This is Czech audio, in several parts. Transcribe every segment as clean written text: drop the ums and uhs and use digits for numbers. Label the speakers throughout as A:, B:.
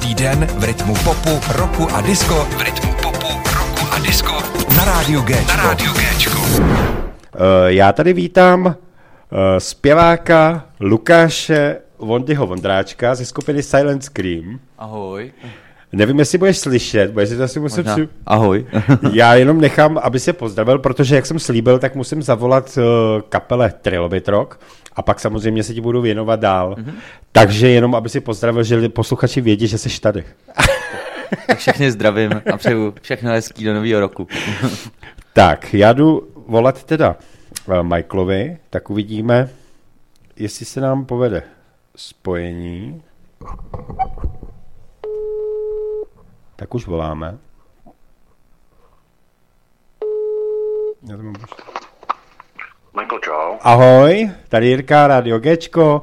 A: Každý den v rytmu popu, rocku a disco. V rytmu popu, rocku a disco. Na Rádiu Géčko. Na Rádiu Géčko.
B: Já tady vítám zpěváka Lukáše Vondyho Vondráčka ze skupiny Silent Scream.
C: Ahoj.
B: Nevím, jestli budeš slyšet, bo jestli to asi musím...
C: Ahoj.
B: Já jenom nechám, aby se pozdravil, protože jak jsem slíbil, tak musím zavolat kapele Trilobit Rock a pak samozřejmě se ti budu věnovat dál. Mm-hmm. Takže jenom, aby si pozdravil, že posluchači vědí, že jsi tady.
C: Tak všechny zdravím a přeju všechno hezký do nového roku.
B: Tak, já jdu volat teda Michaelovi, tak uvidíme, jestli se nám povede spojení. Tak už voláme.
D: Michael, čau.
B: Ahoj, tady Jirka, Rádio Géčko.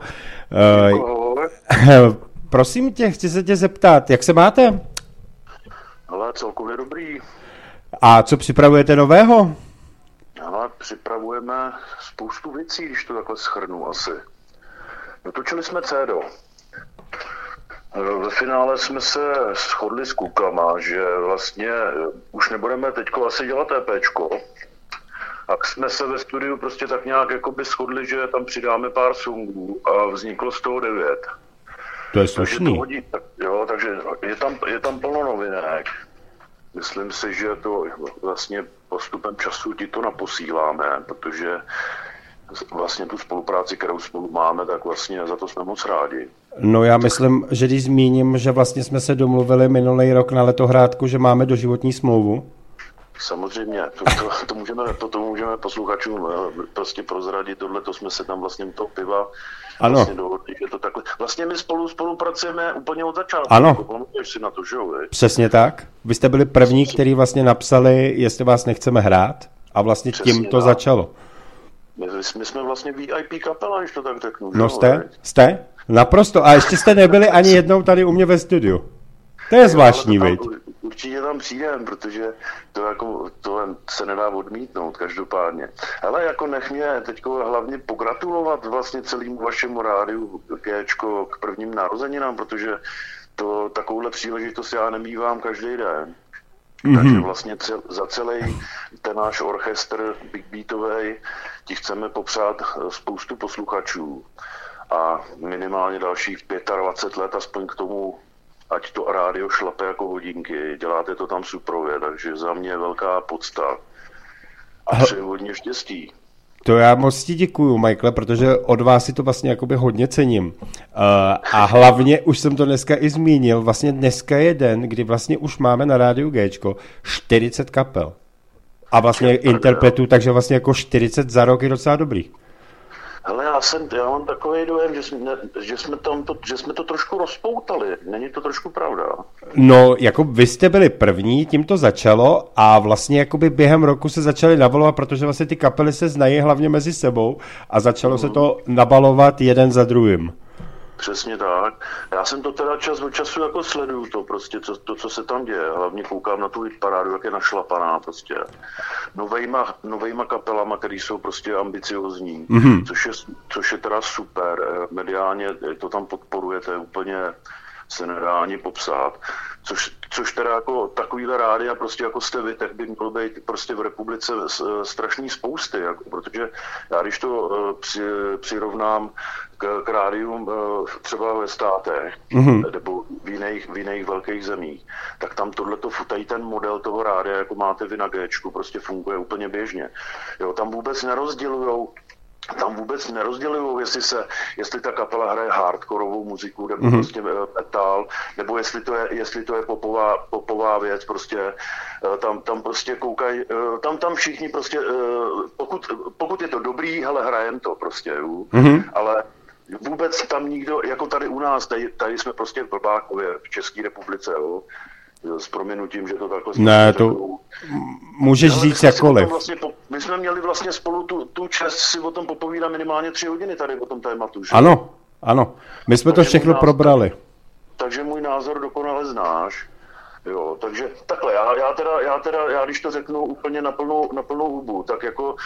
B: Prosím tě, chci se tě zeptat, jak se máte?
D: Ale celkově dobrý.
B: A co připravujete nového?
D: Ale připravujeme spoustu věcí, když to takhle shrnu asi. Dotočili jsme CEDO. Ve finále jsme se shodli s klukama, že vlastně už nebudeme teďko asi dělat EPčko. A jsme se ve studiu prostě tak nějak jakoby shodli, že tam přidáme pár songů a vzniklo z toho 9.
B: To je slušný.
D: Takže je tam plno novinek. Myslím si, že to vlastně postupem času ti to naposíláme, protože vlastně tu spolupráci, kterou spolu máme, tak vlastně za to jsme moc rádi. No já myslím, že když zmíním, že vlastně jsme se domluvili minulý rok na letohrádku, že máme doživotní smlouvu. Samozřejmě, to můžeme posluchačům prostě prozradit, tohle jsme se tam vlastně toho piva vlastně dohodli, že to takhle. Vlastně my spolupracujeme úplně od začátku. Ano. Pamatuješ si na to, že jo? Přesně tak. Vy jste byli první, který vlastně napsali, jestli vás nechceme hrát a vlastně tím to začalo. My jsme vlastně VIP kapela, když to tak řeknu. No jste? Naprosto. A ještě jste nebyli ani jednou tady u mě ve studiu. To je zvláštní, viď? Určitě tam přijdem, protože to se nedá odmítnout každopádně. Ale jako nech mě teď hlavně pogratulovat vlastně celému vašemu rádiu Géčko k prvním narozeninám, protože to takovouhle příležitost já nemívám každý den. Mm-hmm. Takže vlastně za celý ten náš orchestr Big Beatovej ti chceme popřát spoustu posluchačů a minimálně dalších 25 let aspoň k tomu, ať to rádio šlape jako hodinky, děláte to tam suprově, takže za mě velká podsta a přeju hodně štěstí. To já moc ti děkuju, Michaele, protože od vás si to vlastně jakoby hodně cením. A hlavně, už jsem to dneska i zmínil, vlastně dneska je den, kdy vlastně už máme na rádiu Géčko 40 kapel. A vlastně interpretů, takže vlastně jako 40 za rok je docela dobrý. Hele, já mám takový dojem, že jsme to trošku rozpoutali. Není to trošku pravda? No, jako vy jste byli první, tím to začalo a vlastně jakoby během roku se začaly nabalovat, protože vlastně ty kapely se znají hlavně mezi sebou a začalo se to nabalovat jeden za druhým. Přesně tak. Já jsem to teda čas od času jako sleduju to prostě, co se tam děje. Hlavně koukám na tu hitparádu, jak je našlapaná prostě. Novejma kapelama, který jsou prostě ambiciozní, což je teda super. Mediálně to tam podporujete, úplně se nedá ani popsat. Což teda jako takovýhle rádia prostě jako jste vy, tak by mělo být prostě v republice strašný spousty, jako, protože já když to přirovnám k rádium třeba ve státech, nebo v jiných velkých zemích, tak tam tady ten model toho rádia, jako máte vy na Géčku, prostě funguje úplně běžně. Jo, tam vůbec nerozdělujou, jestli ta kapela hraje hardkorovou muziku, nebo prostě metal, nebo jestli to je popová věc, prostě tam prostě koukají, tam všichni prostě, pokud je to dobrý, hele, hrajem to prostě, ale vůbec tam nikdo, jako tady u nás, tady jsme prostě v Blbákově, v České republice, jo, s prominutím, že to takhle... Ne, to můžeš říct jakkoliv. Vlastně, my jsme měli vlastně spolu tu čest si o tom popovídat minimálně 3 hodiny tady o tom tématu. Že? Ano. My jsme to všechno probrali. Takže můj názor dokonale znáš. Jo, takže takhle, já když to řeknu úplně na plnou hubu, tak jako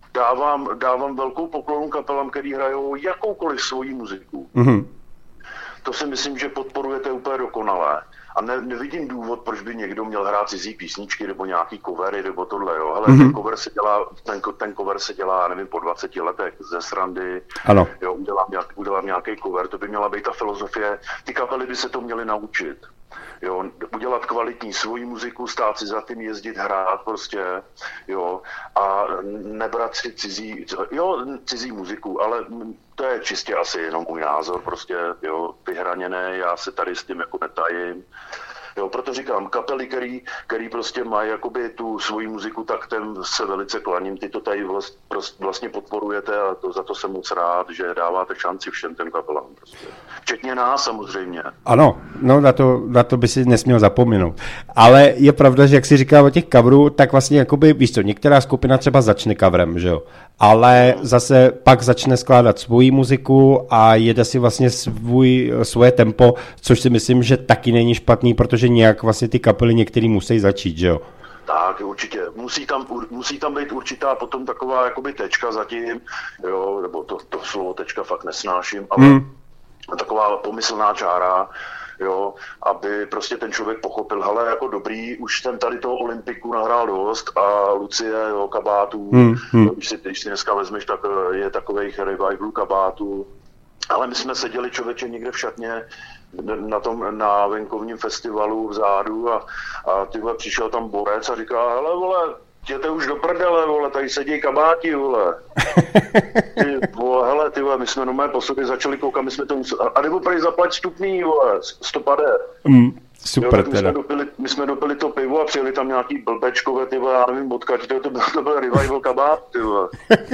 D: dávám velkou poklonu kapelám, který hrajou jakoukoliv svoji muziku. to si myslím, že podporujete úplně dokonale. A nevidím důvod, proč by někdo měl hrát cizí písničky nebo nějaký covery nebo tohle, jo. Hele, ten cover se dělá, nevím, po 20 letech ze srandy.
B: Ano.
D: Jo, udělám nějaký cover, to by měla být ta filozofie. Ty kapely by se to měly naučit. Jo, udělat kvalitní svoji muziku, stát si za tím, jezdit, hrát prostě, jo, a nebrat si cizí muziku, ale to je čistě asi jenom můj názor, prostě, jo, vyhraněné, já se tady s tím jako netajím. Jo, proto říkám, kapely, který prostě mají jakoby tu svoji muziku, tak ten se velice klaním. Ty to tady vlastně podporujete a za to jsem moc rád, že dáváte šanci všem těm kapelám. Prostě. Včetně nás samozřejmě.
B: Ano, no na to by si nesměl zapomenout. Ale je pravda, že jak si říkal o těch coverů, tak vlastně jakoby, víš co, některá skupina třeba začne coverem, že jo? Ale zase pak začne skládat svoji muziku a jede si vlastně svoje tempo, což si myslím, že taky není špatný, protože nějak vlastně ty kapely některý musí začít, že jo?
D: Tak, určitě. Musí tam být určitá potom taková jakoby tečka zatím, jo, nebo to slovo tečka fakt nesnáším, ale taková pomyslná čára, jo, aby prostě ten člověk pochopil, hele, jako dobrý, už jsem tady toho Olympiku nahrál dost a Lucie, jo, kabátů, když si dneska vezmeš, tak je takových revivalů kabátů, ale my jsme seděli člověče někde v šatně na venkovním festivalu vzadu a tyhle přišel tam borec a říká, hele, vole, jděte už do prdele, vole, tady sedí kabáti, vole. Hele, ty vole, my jsme normálně po sobě začali koukat, my jsme to a nebo prý zaplať vstupný, vole, 150.
B: Super,
D: jo,
B: teda.
D: My jsme dopili to pivo a přijeli tam nějaký blbečkové, ty vole, já nevím, odkud, to byl revival kabát, ty vole.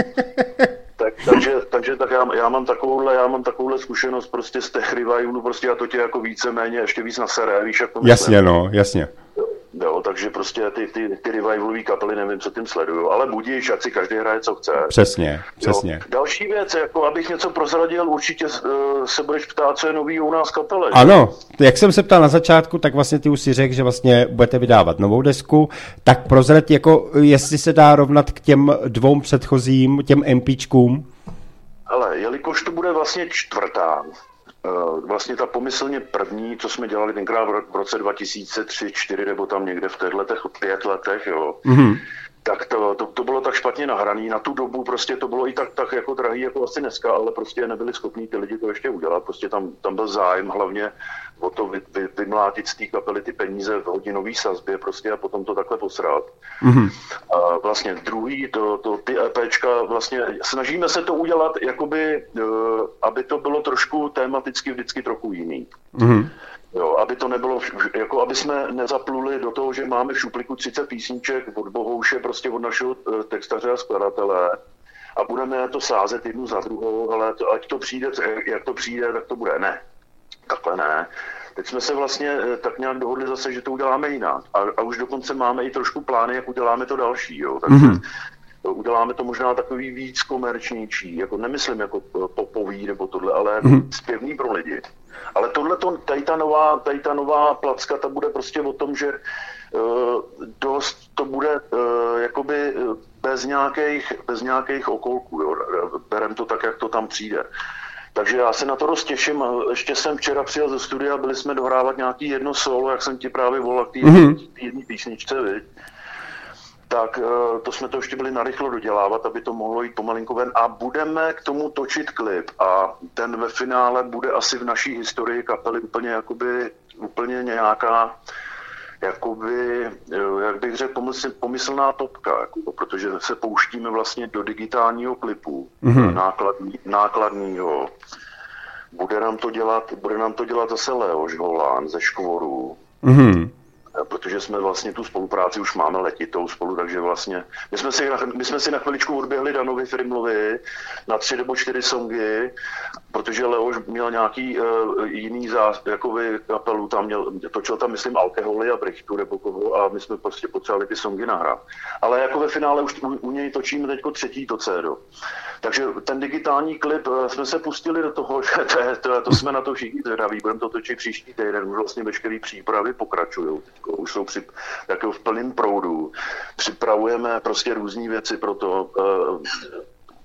D: Takže já mám takovouhle zkušenost prostě z těch revivalů, prostě a to tě jako víceméně ještě víc nasere, víš, jak to myslím.
B: Jasně, no, jasně.
D: Jo, takže prostě ty revivalové kapely nevím, co tím sleduju, ale budíš, ať si každý hraje, co chce.
B: Přesně.
D: Jo. Další věc, jako abych něco prozradil, určitě se budeš ptát, co je nový u nás kapele.
B: Ano, jak jsem se ptal na začátku, tak vlastně ty už si řekl, že vlastně budete vydávat novou desku, tak prozrať, jako jestli se dá rovnat k těm 2 předchozím, těm MPčkům.
D: Ale jelikož to bude vlastně 4. Vlastně ta pomyslně první, co jsme dělali tenkrát v roce 2003-2004, nebo tam někde v těchto 5 letech, jo, tak to bylo tak špatně nahraný. Na tu dobu prostě to bylo i tak jako drahý, jako asi dneska, ale prostě nebyli schopní ty lidi to ještě udělat. Prostě tam byl zájem hlavně o to vymlátit z té kapely ty peníze v hodinový sazbě prostě a potom to takhle posrát. A vlastně druhý, ty EPčka, vlastně snažíme se to udělat jakoby, aby to bylo trošku tematicky vždycky trochu jiný. Jo, aby to nebylo, jako aby jsme nezapluli do toho, že máme v šupliku 30 písniček od Bohouše, prostě od našeho textaře a skladatele a budeme to sázet jednu za druhou, ale ať to přijde, jak to přijde, tak to bude. Ne, takhle ne. Teď jsme se vlastně tak nějak dohodli zase, že to uděláme jinak a už dokonce máme i trošku plány, jak uděláme to další, jo, takže uděláme to možná takový víc komerčnější, jako nemyslím jako popový nebo tohle, ale zpěvný pro lidi. Ale tady ta nová placka, ta bude prostě o tom, že dost to bude jakoby bez nějakých okolků, jo. Berem to tak, jak to tam přijde. Takže já se na to dost těším. Ještě jsem včera přijel ze studia, byli jsme dohrávat nějaký jedno solo, jak jsem ti právě volal k té jedné písničce, viď? Tak to jsme to ještě byli narychlo dodělávat, aby to mohlo jít pomalinko ven a budeme k tomu točit klip a ten ve finále bude asi v naší historii kapely úplně nějaká jakoby, jak bych řekl, pomyslná topka, jako, protože se pouštíme vlastně do digitálního klipu, nákladního. Bude nám to dělat zase Leoš Holán ze Škvoru. Protože jsme vlastně tu spolupráci už máme letitou spolu, takže vlastně my jsme si na chviličku odběhli Danovi Frimlovi na 3 nebo 4 songy, protože Leoš měl nějaký jiný kapelu, točil tam, myslím, Alkoholy a Brichtu nebo koho a my jsme prostě potřebovali ty songy nahrát. Ale jako ve finále už u něj točíme teďko 3. to cédo. Takže ten digitální klip jsme se pustili do toho, že to jsme na to všichni zvědaví, budeme to točit příští týden, už vlastně veškeré přípravy pokračují. Už jsou v plném proudu. Připravujeme prostě různé věci pro to.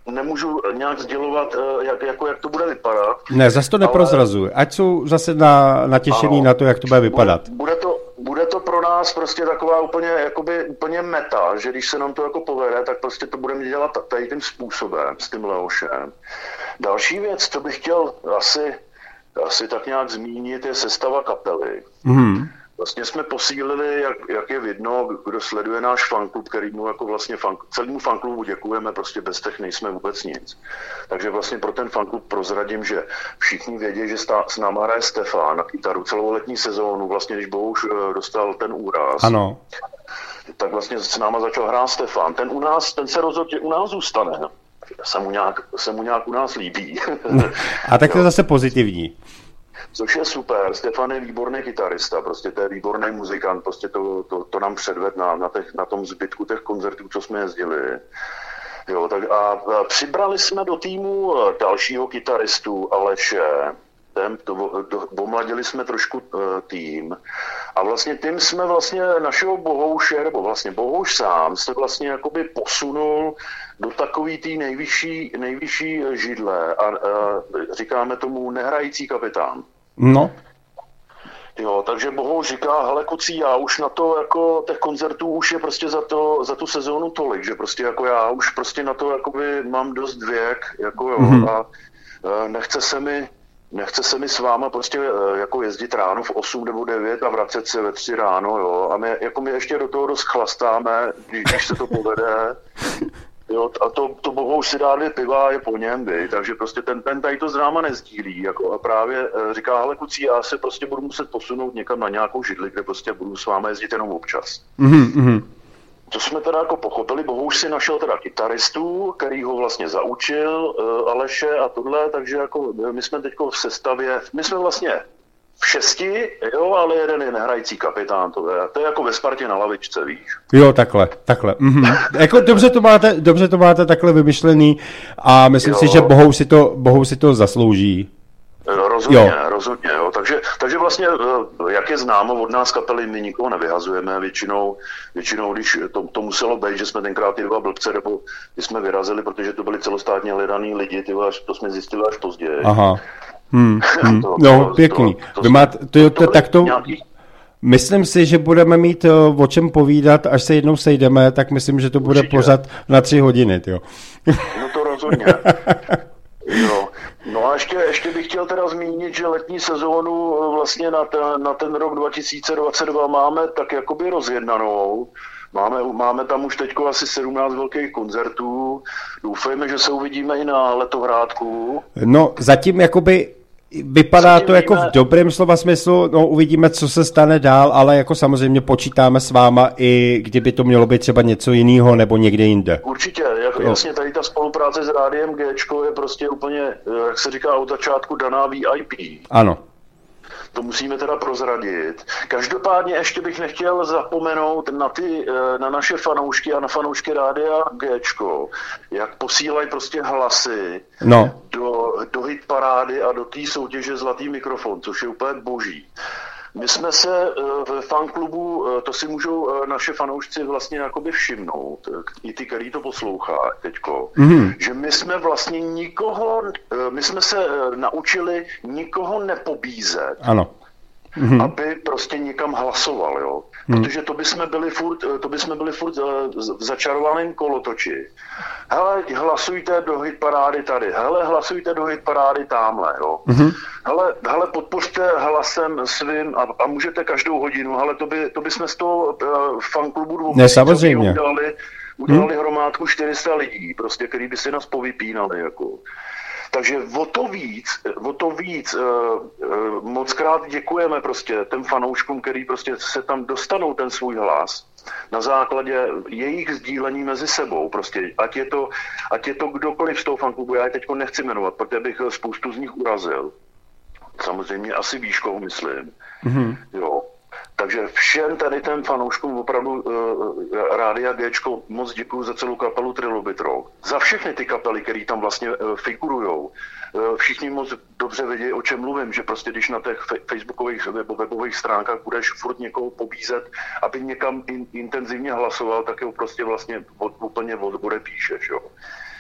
D: nemůžu nějak sdělovat, jak to bude vypadat.
B: Ne, zase to neprozrazuj. Ať jsou zase natěšení na to, jak to bude vypadat.
D: Bude to pro nás prostě taková úplně meta, že když se nám to jako povede, tak prostě to budeme dělat tady tím způsobem, s tím Leošem. Další věc, co bych chtěl asi tak nějak zmínit, je sestava kapely. Mm-hmm. Vlastně jsme posílili, jak je vidno, kdo sleduje náš fanklub, kterýmu jako vlastně celému fanklubu děkujeme, prostě bez těch nejsme vůbec nic. Takže vlastně pro ten fanklub prozradím, že všichni vědí, že s náma hraje Stefan na kytaru celou letní sezónu, vlastně když Bohuš dostal ten úraz.
B: Ano.
D: Tak vlastně s náma začal hrát Stefan. Ten se rozhodl, že u nás zůstane. Se mu nějak u nás líbí.
B: A tak to je zase pozitivní.
D: Což je super, Stefan je výborný kytarista, prostě to je výborný muzikant, prostě to nám předved na tom zbytku těch koncertů, co jsme jezdili. Jo, tak a přibrali jsme do týmu dalšího kytaristu Aleše, pomladili jsme trošku tým a vlastně tím jsme vlastně našeho Bohouše, nebo vlastně Bohouš sám se vlastně jakoby posunul do takový té nejvyšší židle a říkáme tomu nehrající kapitán.
B: No.
D: Jo, takže Bohouš říká, hele kucí, já už na to jako těch koncertů už je prostě za tu sezónu tolik, že prostě jako já už prostě na to jakoby mám dost věk, jako jo, a nechce se mi s váma prostě jako jezdit ráno v 8 nebo 9 a vracet se ve 3 ráno, jo, a my ještě do toho dost chlastáme, když se to povede. Jo, a to Bohouš si dá 2 piva, je po něm, takže prostě ten tady to s náma nezdílí, jako a právě říká, hele kucí, já se prostě budu muset posunout někam na nějakou židli, kde prostě budu s váma jezdit jenom občas. Mm-hmm. To jsme teda jako pochopili, Bohouš si našel teda kytaristu, který ho vlastně zaučil, Aleše a tohle, takže jako my jsme teďko v sestavě, my jsme vlastně v 6, jo, ale jeden je nehrající kapitán, to je jako ve Spartě na lavičce, víš.
B: Jo, takhle. Jako dobře to máte takhle vymyšlený a myslím si, že Bohou si to zaslouží.
D: Rozhodně, jo. Takže vlastně, jak je známo od nás kapely, my nikoho nevyhazujeme, většinou když to muselo být, že jsme tenkrát ty 2 blbce, nebo když jsme vyrazili, protože to byli celostátně hledaný lidi, to jsme zjistili až později.
B: Aha. Pěkný. Myslím si, že budeme mít o čem povídat, až se jednou sejdeme, tak myslím, že to bude pořad na 3 hodiny, jo.
D: No to rozhodně. Jo. No a ještě bych chtěl teda zmínit, že letní sezónu vlastně na ten rok 2022 máme tak jakoby rozjednanou. Máme tam už teďko asi 17 velkých koncertů. Doufejme, že se uvidíme i na Letohrádku.
B: No zatím jakoby vypadá to jako v dobrém slova smyslu, no uvidíme, co se stane dál, ale jako samozřejmě počítáme s váma i kdyby to mělo být třeba něco jiného nebo někde jinde.
D: Určitě, jasně tady ta spolupráce s Rádiem Géčko je prostě úplně, jak se říká od začátku, daná VIP.
B: Ano.
D: To musíme teda prozradit. Každopádně ještě bych nechtěl zapomenout na naše fanoušky a na fanoušky Rádia Géčko, jak posílají prostě hlasy do hit parády a do té soutěže Zlatý mikrofon, což je úplně boží. My jsme se v fanklubu, to si můžou naše fanoušci vlastně jakoby všimnout, i ty, který to poslouchá teďko, že my jsme vlastně my jsme se naučili nikoho nepobízet, aby prostě někam hlasoval, jo. Protože to bychom byli furt v začarovaném kolotoči. Hele, hlasujte do hitparády tady, hele, hlasujte do hitparády tamhle, jo. Hele, podpořte hlasem svým a můžete každou hodinu, ale to bychom z toho fanklubu 2 udělali hromádku 400 lidí, prostě, který by si nás povypínali, jako. Takže o to víc moc krát děkujeme prostě těm fanouškům, který prostě se tam dostanou ten svůj hlas na základě jejich sdílení mezi sebou. Prostě, ať je to kdokoliv z toho fanklubu, já je teďko nechci jmenovat, protože bych spoustu z nich urazil. Samozřejmě asi Výškou, myslím. Jo. Takže všem tady těm fanouškům opravdu Rádia Géčko moc děkuju za celou kapelu Trilobit Rock. Za všechny ty kapely, které tam vlastně figurujou. Všichni moc dobře vědí, o čem mluvím, že prostě když na těch facebookových nebo webových stránkách budeš furt někoho pobízet, aby někam intenzivně hlasoval, tak ho prostě vlastně úplně odepíšeš, jo.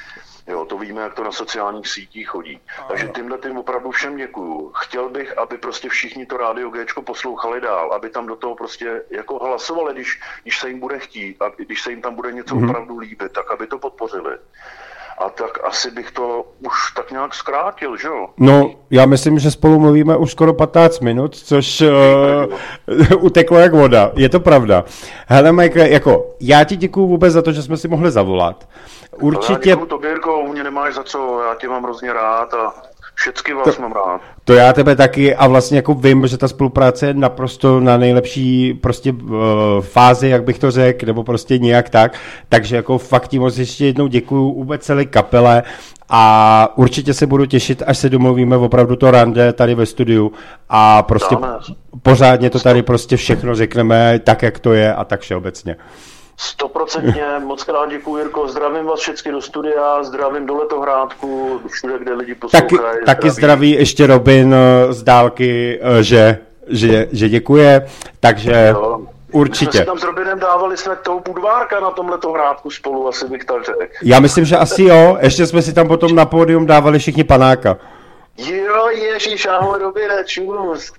D: Jo, to víme, jak to na sociálních sítích chodí. Takže tím opravdu všem děkuju. Chtěl bych, aby prostě všichni to Rádio Géčko poslouchali dál, aby tam do toho prostě jako hlasovali, když se jim bude chtít a když se jim tam bude něco opravdu líbit, tak aby to podpořili. A tak asi bych to už tak nějak zkrátil, že jo?
B: No, já myslím, že spolu mluvíme už skoro 15 minut, což uteklo jak voda. Je to pravda. Hele, Mike, jako, já ti děkuju vůbec za to, že jsme si mohli zavolat. Určitě...
D: Já děkuju tobě, Jirko, mě nemáš za co, já tě mám hrozně rád a všecky vás mám rád.
B: To já tebe taky a vlastně jako vím, že ta spolupráce je naprosto na nejlepší prostě fázi, jak bych to řekl, nebo prostě nějak tak. Takže jako fakt ti moc ještě jednou děkuju vůbec celé kapele a určitě se budu těšit, až se domluvíme opravdu to rande tady ve studiu a prostě pořádně to tady prostě všechno řekneme tak, jak to je a tak všeobecně.
D: 100%, moc krát děkuji, Jirko, zdravím vás všechny do studia, zdravím do Letohrádku, všude, kde lidi poslouchají.
B: Taky zdraví ještě Robin z dálky, že děkuje, takže jo. Určitě. My jsme
D: si tam s Robinem dávali jsme toho Budvárka na tom Letohrádku spolu, asi bych tak řekl.
B: Já myslím, že asi jo, ještě jsme si tam potom na pódium dávali všichni panáka.
D: Jo, ježiš, ahoj, Robine, čus.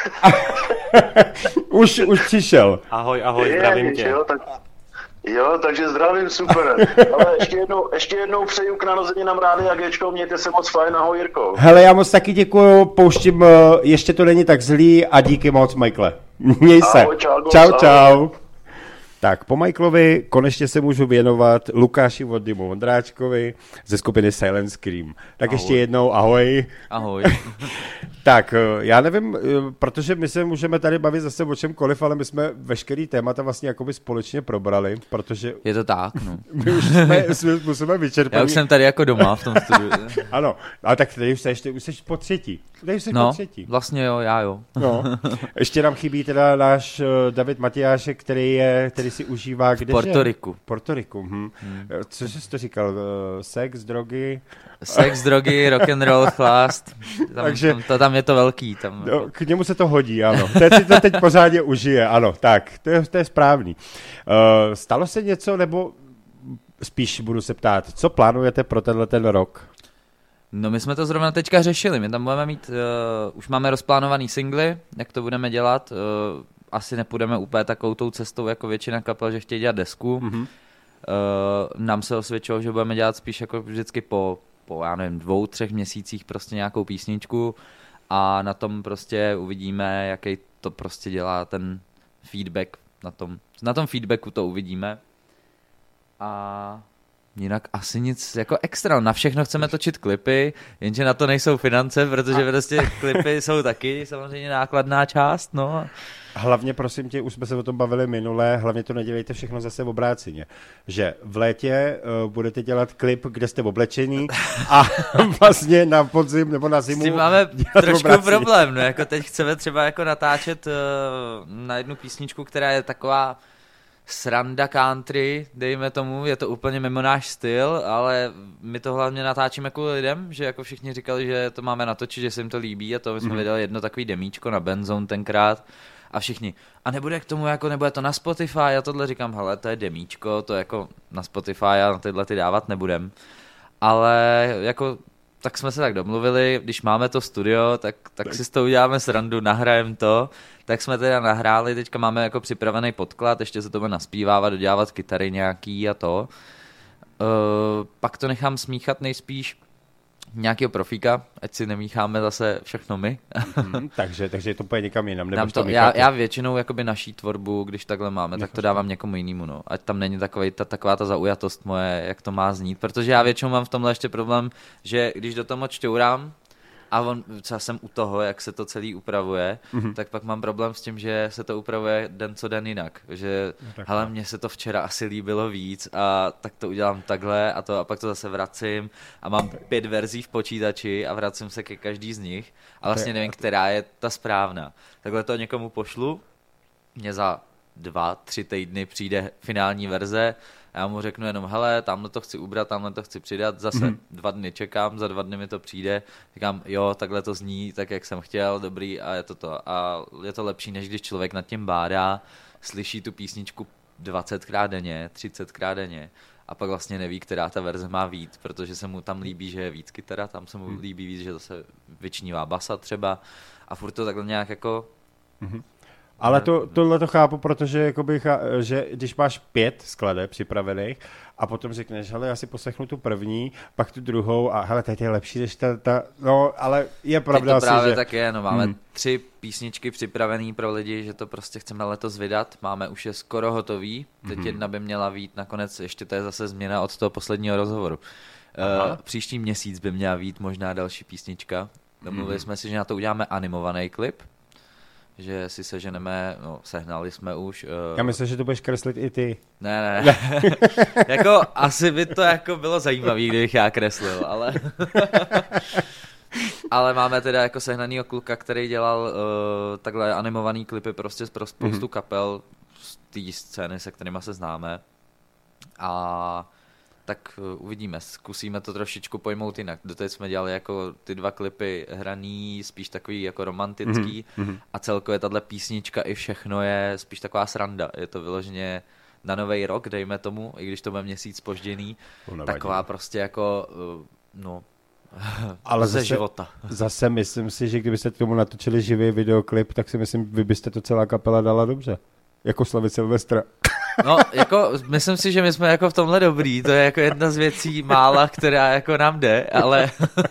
B: už přišel.
E: Ahoj, zdravím tě.
D: Jo, takže zdravím, super. Ale ještě jednou přeju k narozeninám Rádia Géčko, mějte se moc fajn, ahoj, Jirko.
B: Hele, já moc taky děkuju, pouštím, ještě to není tak zlý a díky moc, Michaele. Měj se.
D: Ahoj,
B: čau. Tak, po Michaelovi konečně se můžu věnovat Lukáši Voddymu Vondráčkovi ze skupiny Silent Scream. Tak ahoj. Ještě jednou ahoj.
C: Ahoj.
B: Tak, já nevím, protože my se můžeme tady bavit zase o čemkoliv, ale my jsme veškerý témata vlastně jakoby společně probrali, protože...
C: Je to tak, no.
B: My už musíme vyčerpat.
C: Já už jsem tady jako doma v tom studiu.
B: Ano, ale tak tady už jsi po třetí.
C: No, vlastně jo, já jo.
B: No. Ještě nám chybí teda náš David Matyášek, který si užívá kdeže? Porto Riku. Co jsi to říkal? Sex, drogy?
C: Sex, drogy, rock'n'roll, chlast. Tam je to velký. Tam
B: no, k němu se to hodí, ano. Teď si to teď pořádně užije, ano. Tak, to je správný. Stalo se něco, nebo spíš budu se ptát, co plánujete pro ten rok?
C: No my jsme to zrovna teďka řešili, my tam budeme mít, už máme rozplánovaný singly, jak to budeme dělat, asi nepůjdeme úplně takovou tou cestou jako většina kapel, že chtějí dělat desku. Nám se osvědčilo, že budeme dělat spíš jako vždycky po já nevím, 2-3 měsících prostě nějakou písničku a na tom prostě uvidíme, jaký to prostě dělá ten feedback, na tom feedbacku to uvidíme a jinak asi nic jako extra, na všechno chceme točit klipy, jenže na to nejsou finance, protože prostě klipy jsou taky samozřejmě nákladná část, no.
B: Hlavně, prosím tě, už jsme se o tom bavili minule, hlavně to nedělejte všechno zase v obráceně. Že v létě budete dělat klip, kde jste oblečení a vlastně na podzim nebo na zimu...
C: S tím máme trošku problém, no, jako teď chceme třeba jako natáčet na jednu písničku, která je taková sranda country, dejme tomu, je to úplně mimo náš styl, ale my to hlavně natáčíme kvůli lidem, že jako všichni říkali, že to máme natočit, že se jim to líbí a to my jsme vydali jedno takový demíčko na Benzone tenkrát a všichni, a nebude k tomu jako, nebude to na Spotify, a tohle říkám, hele, to je demíčko, to jako na Spotify a na tyhle ty dávat nebudem, ale jako tak jsme se tak domluvili, když máme to studio, tak si s toho uděláme srandu, nahrajeme to, tak jsme teda nahráli, teďka máme jako připravený podklad, ještě se to bude naspívávat, dodělávat kytary nějaký a to. Pak to nechám smíchat nejspíš nějakého profíka, ať si nemícháme zase všechno my.
B: Takže je to úplně někam jinam.
C: Já většinou jakoby naší tvorbu, když takhle máme, tak to dávám někomu jinému, no. Ať tam není taková ta zaujatost moje, jak to má znít, protože já většinou mám v tomhle ještě problém, že když do toho moc čťourám a třeba jsem u toho, jak se to celý upravuje, tak pak mám problém s tím, že se to upravuje den co den jinak, že hele, mně se to včera asi líbilo víc a tak to udělám takhle a pak to zase vracím a mám 5 verzí v počítači a vracím se ke každý z nich a vlastně nevím, která je ta správná. Takhle to někomu pošlu, mě za 2-3 týdny přijde finální verze, já mu řeknu jenom, hele, tamhle to chci ubrat, tamhle to chci přidat, zase 2 dny čekám, za 2 dny mi to přijde, říkám, jo, takhle to zní, tak jak jsem chtěl, dobrý, a je to to. A je to lepší, než když člověk nad tím bádá, slyší tu písničku 20krát denně, 30krát denně a pak vlastně neví, která ta verze má víc, protože se mu tam líbí, že je víc kytara, tam se mu líbí víc, že to se vyčnívá basa třeba a furt to takhle nějak jako...
B: Ale tohle to chápu, protože jakoby, že když máš 5 skladeb připravených a potom řekneš, hele, já si poslechnu tu první, pak tu druhou a hele, teď je lepší, než ta no, ale je pravda
C: teď to právě
B: že...
C: tak je, no máme 3 písničky připravený pro lidi, že to prostě chceme letos vydat, máme už je skoro hotový, teď jedna by měla vít nakonec, ještě to je zase změna od toho posledního rozhovoru. Příští měsíc by měla vít možná další písnička, domluvili jsme si, že na to uděláme animovaný klip, že si seženeme, no sehnali jsme už.
B: Já myslím, že to budeš kreslit i ty.
C: Ne. Jako asi by to jako bylo zajímavý, kdybych já kreslil, ale... ale máme teda jako sehnanýho kluka, který dělal takhle animovaný klipy prostě pro spoustu kapel z té scény, se kterýma se známe. A tak uvidíme, zkusíme to trošičku pojmout jinak. Doteď jsme dělali jako ty 2 klipy hraný, spíš takový jako romantický a celkově tahle písnička i všechno je spíš taková sranda. Je to vyloženě na nový rok, dejme tomu, i když to bude měsíc zpožděný, taková prostě jako, no,
B: ale
C: ze života.
B: Zase myslím si, že kdybyste k tomu natočili živý videoklip, tak si myslím, vy byste to celá kapela dala dobře. Jako slavit Silvestra.
C: No, jako, myslím si, že my jsme jako v tomhle dobrý, to je jako jedna z věcí mála, která jako nám jde, ale...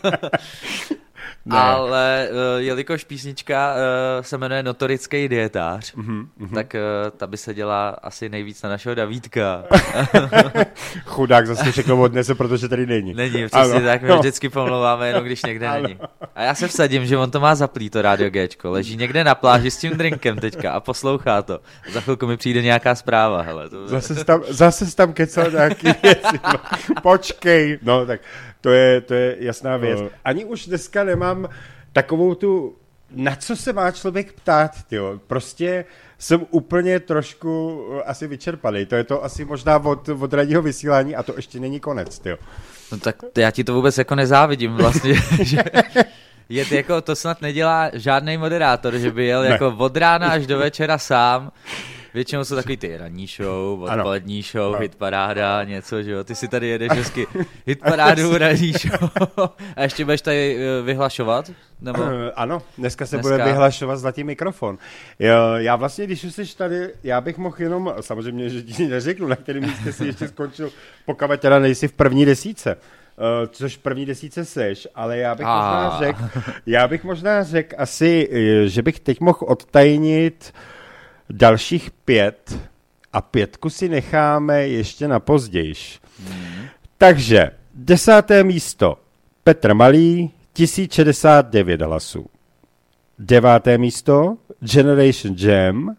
C: ale jelikož písnička se jmenuje Notorický dietář, tak ta by se dělá asi nejvíc na našeho Davídka.
B: Chudák zase všechno odnese, protože tady není.
C: Není, přesně tak, my vždycky pomlouváme, jenom když někde není. A já se vsadím, že on to má zaplý, to Rádio Géčko. Leží někde na pláži s tím drinkem teďka a poslouchá to. Za chvilku mi přijde nějaká zpráva, hele. To...
B: Zase tam kecal nějaký věci. No. Počkej. No tak to je jasná věc. Ani už dneska nemám takovou tu, na co se má člověk ptát, tyjo. Prostě jsem úplně trošku asi vyčerpaný. To je to asi možná od ranního vysílání a to ještě není konec, tyjo.
C: No tak já ti to vůbec jako nezávidím vlastně, že jako to snad nedělá žádný moderátor, že by jel jako od rána až do večera sám. Většinou jsou takový ty ranní show, odpolední show, hitparáda, něco, že jo. Ty si tady jedeš hezky hitparádu, ranní show. A ještě budeš tady vyhlašovat? Nebo?
B: Ano, dneska se bude vyhlašovat zlatý mikrofon. Já vlastně, když jsi tady, já bych mohl jenom, samozřejmě, že ti neřeknu, na kterém místě jsi ještě skončil, pokud teda nejsi v první desítce. Což v první desítce seš, ale já bych možná řekl asi, že bych teď mohl odtajnit dalších 5 a 5 si necháme ještě na pozdějš. Takže 10. místo Petr Malý, 1069 hlasů. 9. místo Generation Jam,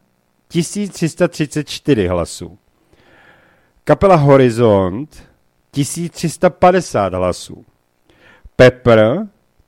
B: 1334 hlasů. Kapela Horizont, 1350 hlasů. Pepper,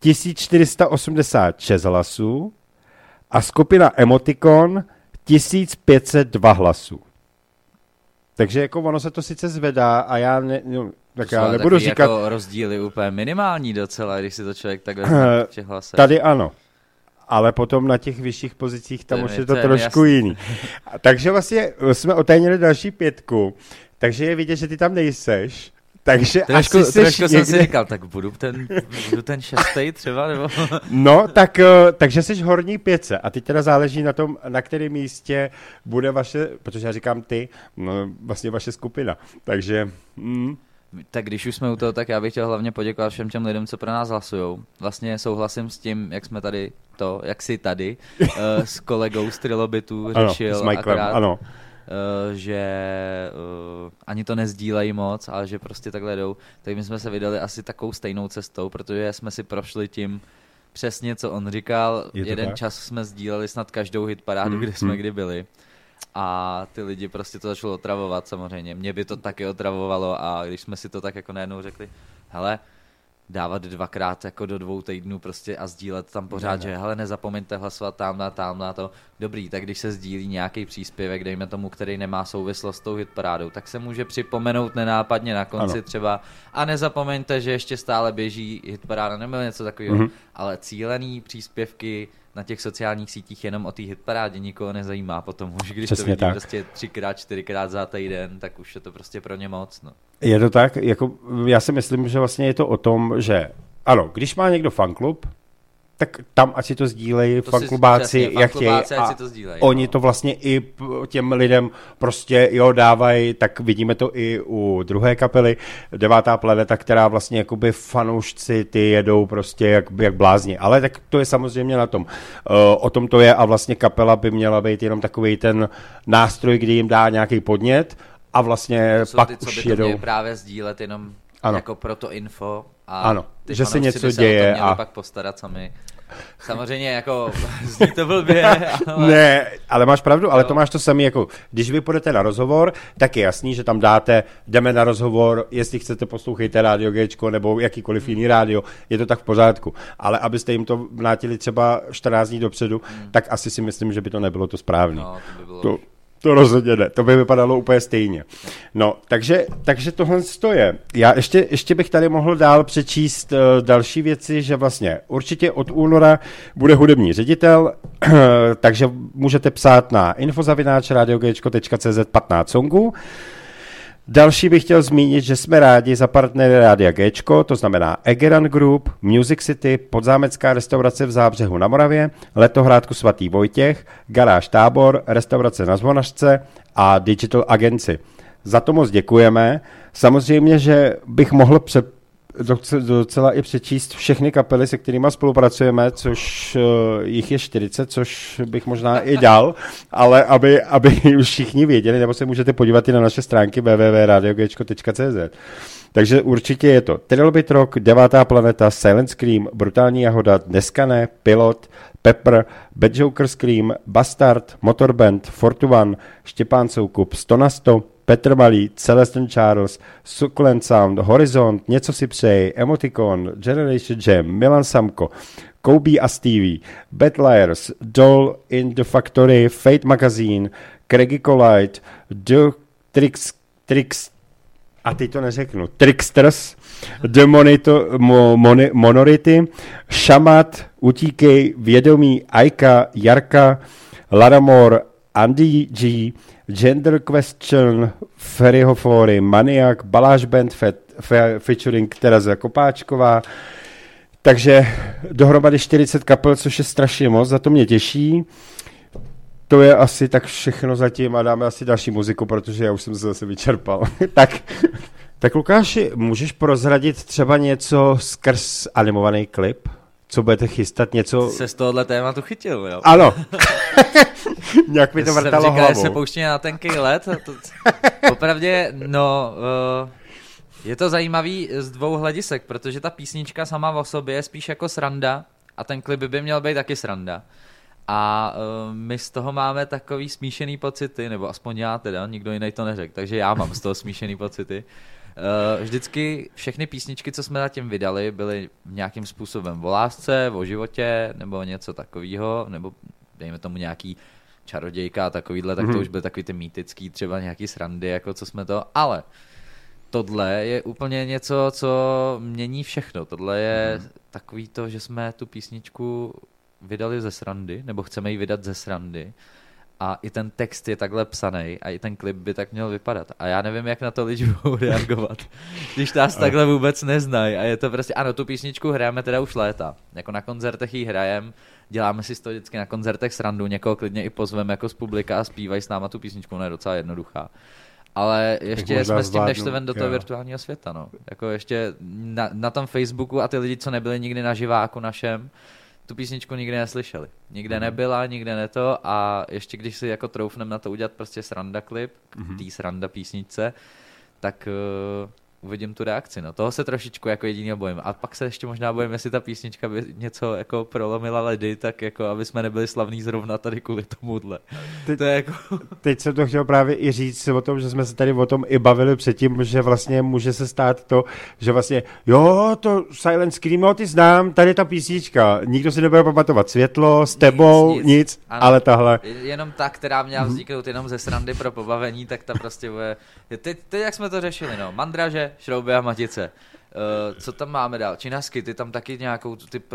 B: 1486 hlasů. A skupina Emoticon, 1502 hlasů. Takže jako ono se to sice zvedá a já nebudu říkat...
C: jako rozdíly úplně minimální docela, když si to člověk takhle v těch hlasech.
B: Tady ano. Ale potom na těch vyšších pozicích tam už je to trošku jiný. Takže vlastně jsme otajnili další 5. Takže je vidět, že ty tam nejseš. Takže
C: trošku jsem si říkal, tak budu ten 6. třeba, nebo...
B: No, takže jsi horní 5. A teď teda záleží na tom, na kterém místě bude vaše, protože já říkám ty, no vlastně vaše skupina. Takže...
C: Tak když už jsme u toho, tak já bych chtěl hlavně poděkovat všem těm lidem, co pro nás hlasujou. Vlastně souhlasím s tím, jak jsi tady s kolegou z Trilobitu řešil
B: ano, s Michaelem, ano.
C: Že ani to nezdílejí moc, ale že prostě takhle jdou. Tak my jsme se vydali asi takovou stejnou cestou, protože jsme si prošli tím přesně, co on říkal. Jeden čas jsme sdíleli snad každou hitparádu, kde jsme kdy byli. A ty lidi prostě to začalo otravovat samozřejmě. Mě by to taky otravovalo a když jsme si to tak jako najednou řekli, hele, dávat 2krát jako do 2 týdnů prostě a sdílet tam pořád, že hele, nezapomeňte hlasovat tamhle to. Dobrý, tak když se sdílí nějaký příspěvek, dejme tomu, který nemá souvislost s tou hitparádou, tak se může připomenout nenápadně na konci třeba a nezapomeňte, že ještě stále běží hitparáda nebo něco takového, ale cílený příspěvky na těch sociálních sítích jenom o té hitparádě, nikoho nezajímá potom už, když
B: Přesně
C: to vidí
B: tak.
C: prostě 3x, 4x za týden, tak už je to prostě pro ně moc. No.
B: Je to tak, jako já si myslím, že vlastně je to o tom, že ano, když má někdo fanklub, tak tam ať si to sdílejí fanklubáci, jak chtějí, a oni to vlastně i těm lidem prostě dávají, tak vidíme to i u druhé kapely, 9. planeta, která vlastně jakoby fanoušci ty jedou prostě jak blázni, ale tak to je samozřejmě na tom. O tom to je a vlastně kapela by měla být jenom takový ten nástroj, kdy jim dá nějaký podnět a vlastně pak
C: ty,
B: už
C: co by
B: jedou.
C: To měli právě sdílet jenom jako pro to info a
B: ano,
C: že
B: se něco
C: by se
B: děje
C: o to měli
B: a
C: pak postarat sami. Samozřejmě jako zní to blbě, ale...
B: Ne, ale máš pravdu, ale to máš to samé, jako když vy půjdete na rozhovor, tak je jasný, že tam dáte, jdeme na rozhovor, jestli chcete poslouchejte Rádio Géčko nebo jakýkoliv jiný rádio, je to tak v pořádku. Ale abyste jim to vrátili třeba 14 dní dopředu, tak asi si myslím, že by to nebylo to správné.
C: No, to by bylo...
B: To rozhodně ne, to by vypadalo úplně stejně. No, takže tohle je. Já ještě bych tady mohl dál přečíst další věci, že vlastně určitě od února bude hudební ředitel, takže můžete psát na info@radiogečko.cz 15 songů. Další bych chtěl zmínit, že jsme rádi za partnery Rádia Géčko, to znamená Egeran Group, Music City, Podzámecká restaurace v Zábřehu na Moravě, Letohrádku Svatý Vojtěch, Garáž Tábor, restaurace na Zvonařce a Digital Agency. Za to moc děkujeme. Samozřejmě, že bych mohl docela i přečíst všechny kapely, se kterými spolupracujeme, což jich je 40, což bych možná i dal, ale aby už všichni věděli, nebo se můžete podívat i na naše stránky www.radiogečko.cz. Takže určitě je to Trilobit Rock, 9. planeta, Silent Scream, Brutální jahoda, Dneska ne, Pilot, Pepper, Bad Joker Scream, Bastard, Motorband, Fortuvan, Štěpán Soukup, 100 na 100, Petr Malý, Celestin Charles, Succulent Sound, Horizont, Něco si přeji, Emoticon, Generation Jam, Milan Samko, Kobe a Stevie, Bad Liars, Doll in the Factory, Fate Magazine, Craigie Collide, The a teď to neřeknu, Tricksters, The Monority, Šamat, Utíkej, Vědomí, Aika, Jarka, Laramore, Andy G, Gender Question, Ferryho Fory, Maniac, Baláš Band featuring Tereza Kopáčková. Takže dohromady 40 kapel, což je strašně moc, za to mě těší. To je asi tak všechno zatím a dáme asi další muziku, protože já už jsem se zase vyčerpal. tak Lukáši, můžeš prozradit třeba něco skrz animovaný klip? Co budete chystat, něco...
C: Se z tohohle tématu chytil, jo?
B: Ano. Nějak mi to vrtalo hlavou.
C: Se pouští na tenký led. Popravdě, je to zajímavý z dvou hledisek, protože ta písnička sama o sobě je spíš jako sranda a ten klip by měl být taky sranda. A my z toho máme takový smíšený pocity, nebo aspoň já teda, nikdo jiný to neřekl, takže já mám z toho smíšený pocity. Vždycky všechny písničky, co jsme zatím vydali, byly nějakým způsobem o lásce, o životě, nebo něco takového, nebo dejme tomu nějaký čarodějka a takovýhle, tak to už byly takový ty mýtický, třeba nějaký srandy, jako co jsme to, ale tohle je úplně něco, co mění všechno. Tohle je takový to, že jsme tu písničku vydali ze srandy, nebo chceme ji vydat ze srandy a i ten text je takhle psaný a i ten klip by tak měl vypadat. A já nevím, jak na to lidi budou reagovat, když nás takhle vůbec neznají. A je to prostě, ano, tu písničku hrajeme teda už léta. Jako na koncertech ji hrajeme, děláme si to vždycky na koncertech srandu, někoho klidně i pozveme jako z publika a zpívají s náma tu písničku, ona je docela jednoduchá. Ale ještě jsme s tím nešli ven do toho virtuálního světa, no. Jako ještě na tom Facebooku a ty lidi, co nebyli nikdy na živáku našem, tu písničku nikdy neslyšeli. Nikde nebyla, nikde ne to a ještě když si jako troufnem na to udělat prostě sranda klip, tý sranda písničce, tak uvidím tu reakci. No. Toho se trošičku jako jedinýho bojím. A pak se ještě možná bojím, jestli ta písnička by něco jako prolomila ledy, tak jako aby jsme nebyli slavní zrovna tady kvůli tomuhle.
B: Teď jsem to chtěl právě i říct o tom, že jsme se tady o tom i bavili předtím, že vlastně může se stát to, že vlastně jo, to Silent Scream, ty znám, tady ta písnička, nikdo si nebude pamatovat světlo, s tebou, nic ano, ale tahle.
C: Jenom ta, která měla vzniknout jenom ze srandy pro pobavení, tak ta prostě bude... Teď jak jsme to řešili, no, mandraže, šrouby a matice. Co tam máme dál? Činasky, ty tam taky nějakou,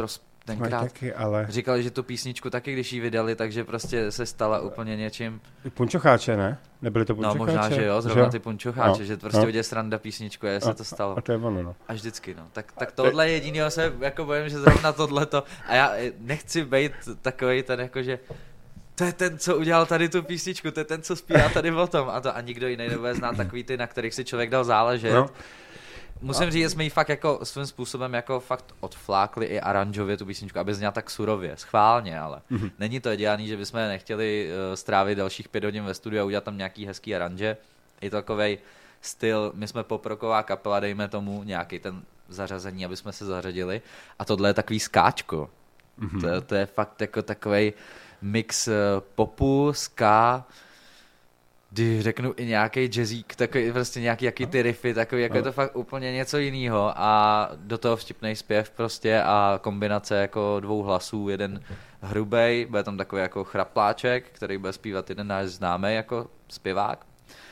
C: tenkrát
B: taky, ale...
C: říkali, že tu písničku taky, když ji vydali, takže prostě se stala úplně něčím.
B: Punčocháče, ne? Nebyly to punčocháče?
C: No možná, že jo, zrovna ty punčocháče, že prostě udělali sranda písničku a se to stalo.
B: A to je ono, no.
C: A vždycky, no. Tak tohle jedinýho se jako bojím, že zrovna tohleto, a já nechci být takovej ten jako, že to je ten, co udělal tady tu písničku, to je ten, co zpívá tady o tom a nikdo jiný nebude znát takový ty, na kterých si člověk dal záležet. No. Musím říct, že jsme ji fakt jako svým způsobem jako fakt odflákli i aranžově tu písničku, aby zněla tak surově, schválně, ale není to dělaný, že bychom nechtěli strávit dalších 5 hodin ve studiu a udělat tam nějaký hezký aranže. Je to takovej styl, my jsme poproková kapela, dejme tomu nějaký ten zařazení, aby jsme se zařadili a tohle je takový skáčko. To je fakt jako takovej mix popu, ska, když řeknu i nějaký jazzík, takový prostě nějaký jaký ty riffy, takový, jako je to fakt úplně něco jiného a do toho vtipnej zpěv prostě a kombinace jako 2 hlasů, jeden hrubej, bude tam takový jako chrapláček, který bude zpívat jeden náš známý jako zpěvák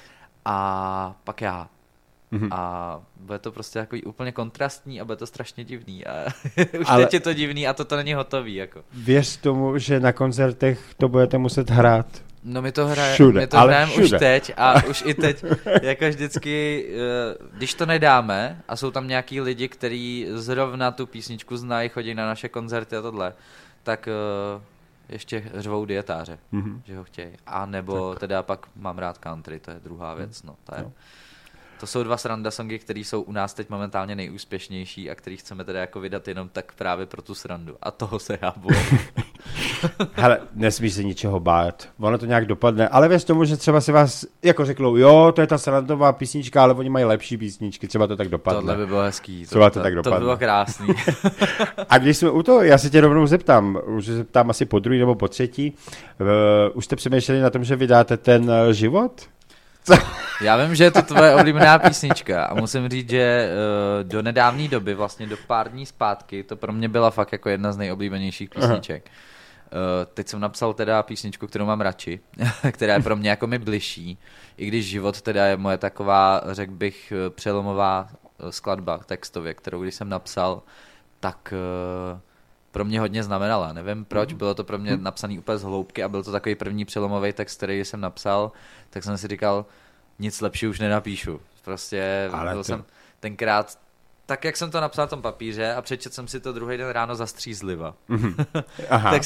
C: a pak já. A bude to prostě takový úplně kontrastní a bude to strašně divný a už ale teď je to divný a to není hotový jako.
B: Věř tomu, že na koncertech to budete muset hrát.
C: No my to hrajeme už teď a už i teď, jako vždycky, když to nedáme a jsou tam nějaký lidi, kteří zrovna tu písničku znají, chodí na naše koncerty a tohle, tak ještě řvou dietáře, že ho chtějí. A nebo teda pak mám rád country, to je druhá věc, no. To jsou 2 sranda songy, které jsou u nás teď momentálně nejúspěšnější a který chceme teda jako vydat jenom tak právě pro tu srandu. A toho se já bojím.
B: Hele, nesmíš se ničeho bát. Ono to nějak dopadne. Ale věř tomu, že třeba si vás jako řeknou, jo, to je ta srandová písnička, ale oni mají lepší písničky, třeba to tak dopadne.
C: Tohle by bylo hezký.
B: Třeba to tak dopadne.
C: To by bylo krásný.
B: A když jsme u toho, já se tě rovnou zeptám, už se zeptám asi po druhý nebo po třetí, už jste přemýšleli na tom, že vydáte ten život?
C: Já vím, že je to tvoje oblíbená písnička a musím říct, že do nedávné doby, vlastně do pár dní zpátky, to pro mě byla fakt jako jedna z nejoblíbenějších písniček. Teď jsem napsal teda písničku, kterou mám radši, která je pro mě jako mi bližší, i když život teda je moje taková, řekl bych, přelomová skladba textově, kterou když jsem napsal, tak pro mě hodně znamenala. Nevím proč, bylo to pro mě napsaný úplně z hloubky a byl to takový první přelomový text, který jsem napsal, tak jsem si říkal, nic lepší už nenapíšu. Prostě byl jsem tenkrát, tak jak jsem to napsal na tom papíře a přečetl jsem si to druhý den ráno zastřízliva. tak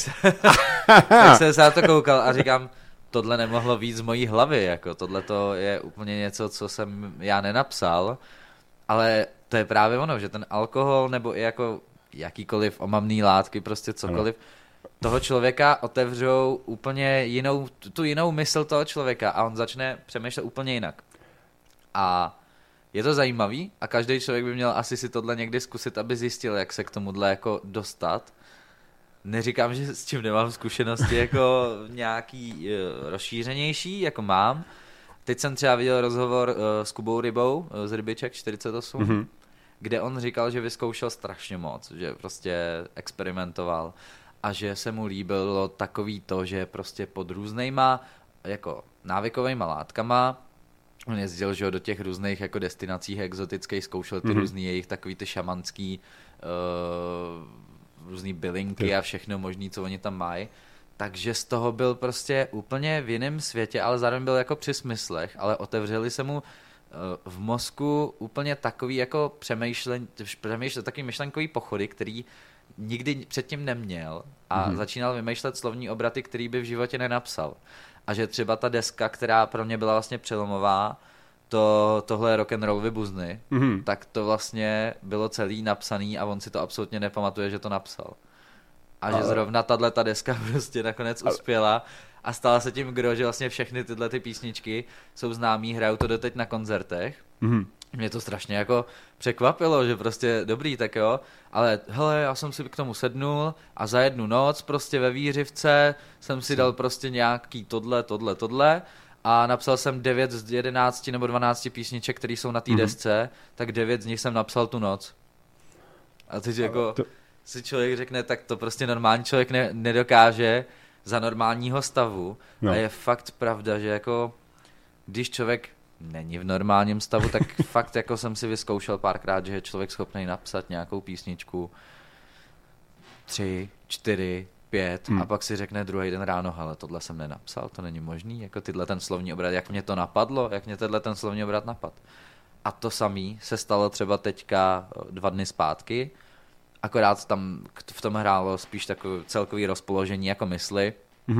C: jsem se na to koukal a říkám, tohle nemohlo víc z mojí hlavy, jako tohle to je úplně něco, co jsem já nenapsal, ale to je právě ono, že ten alkohol nebo i jako jakýkoliv omamný látky, prostě cokoliv, toho člověka otevřou úplně tu jinou mysl toho člověka a on začne přemýšlet úplně jinak. A je to zajímavý a každý člověk by měl asi si tohle někdy zkusit, aby zjistil, jak se k tomuhle jako dostat. Neříkám, že s tím nemám zkušenosti jako nějaký rozšířenější, jako mám. Teď jsem třeba viděl rozhovor s Kubou Rybou z Rybiček 48, kde on říkal, že vyzkoušel strašně moc, že prostě experimentoval a že se mu líbilo takový to, že prostě pod různýma jako návykovejma látkama on jezdil, že do těch různých jako destinací exotických, zkoušel ty různý jejich takový ty šamanský různý bylinky a všechno možný, co oni tam mají. Takže z toho byl prostě úplně v jiném světě, ale zároveň byl jako při smyslech, ale otevřeli se mu v mozku úplně takový jako přemýšlení, takový myšlenkový pochody, který nikdy předtím neměl a začínal vymýšlet slovní obraty, který by v životě nenapsal. A že třeba ta deska, která pro mě byla vlastně přelomová, tohle je rock'n'roll Buzny, tak to vlastně bylo celý napsaný a on si to absolutně nepamatuje, že to napsal. A že zrovna ta deska prostě nakonec uspěla a stala se tím gro, že vlastně všechny tyhle ty písničky jsou známý, hrajou to doteď na koncertech. Mě to strašně jako překvapilo, že prostě dobrý, tak jo, ale hele, já jsem si k tomu sednul a za jednu noc prostě ve Vířivce jsem si dal prostě nějaký tohle a napsal jsem 9 z 11 nebo 12 písniček, které jsou na té desce, tak 9 z nich jsem napsal tu noc. A teď jako si člověk řekne, tak to prostě normální člověk nedokáže za normálního stavu. A je fakt pravda, že jako když člověk není v normálním stavu, tak fakt jako jsem si vyzkoušel párkrát, že je člověk schopný napsat nějakou písničku 3, 4, 5 a pak si řekne druhý den ráno, hele, tohle jsem nenapsal, to není možný, jako tyhle ten slovní obrat, jak mě to napadlo, jak mě tenhle ten slovní obrat napad. A to samý se stalo třeba teďka 2 dny zpátky, akorát tam v tom hrálo spíš takové celkový rozpoložení jako mysli,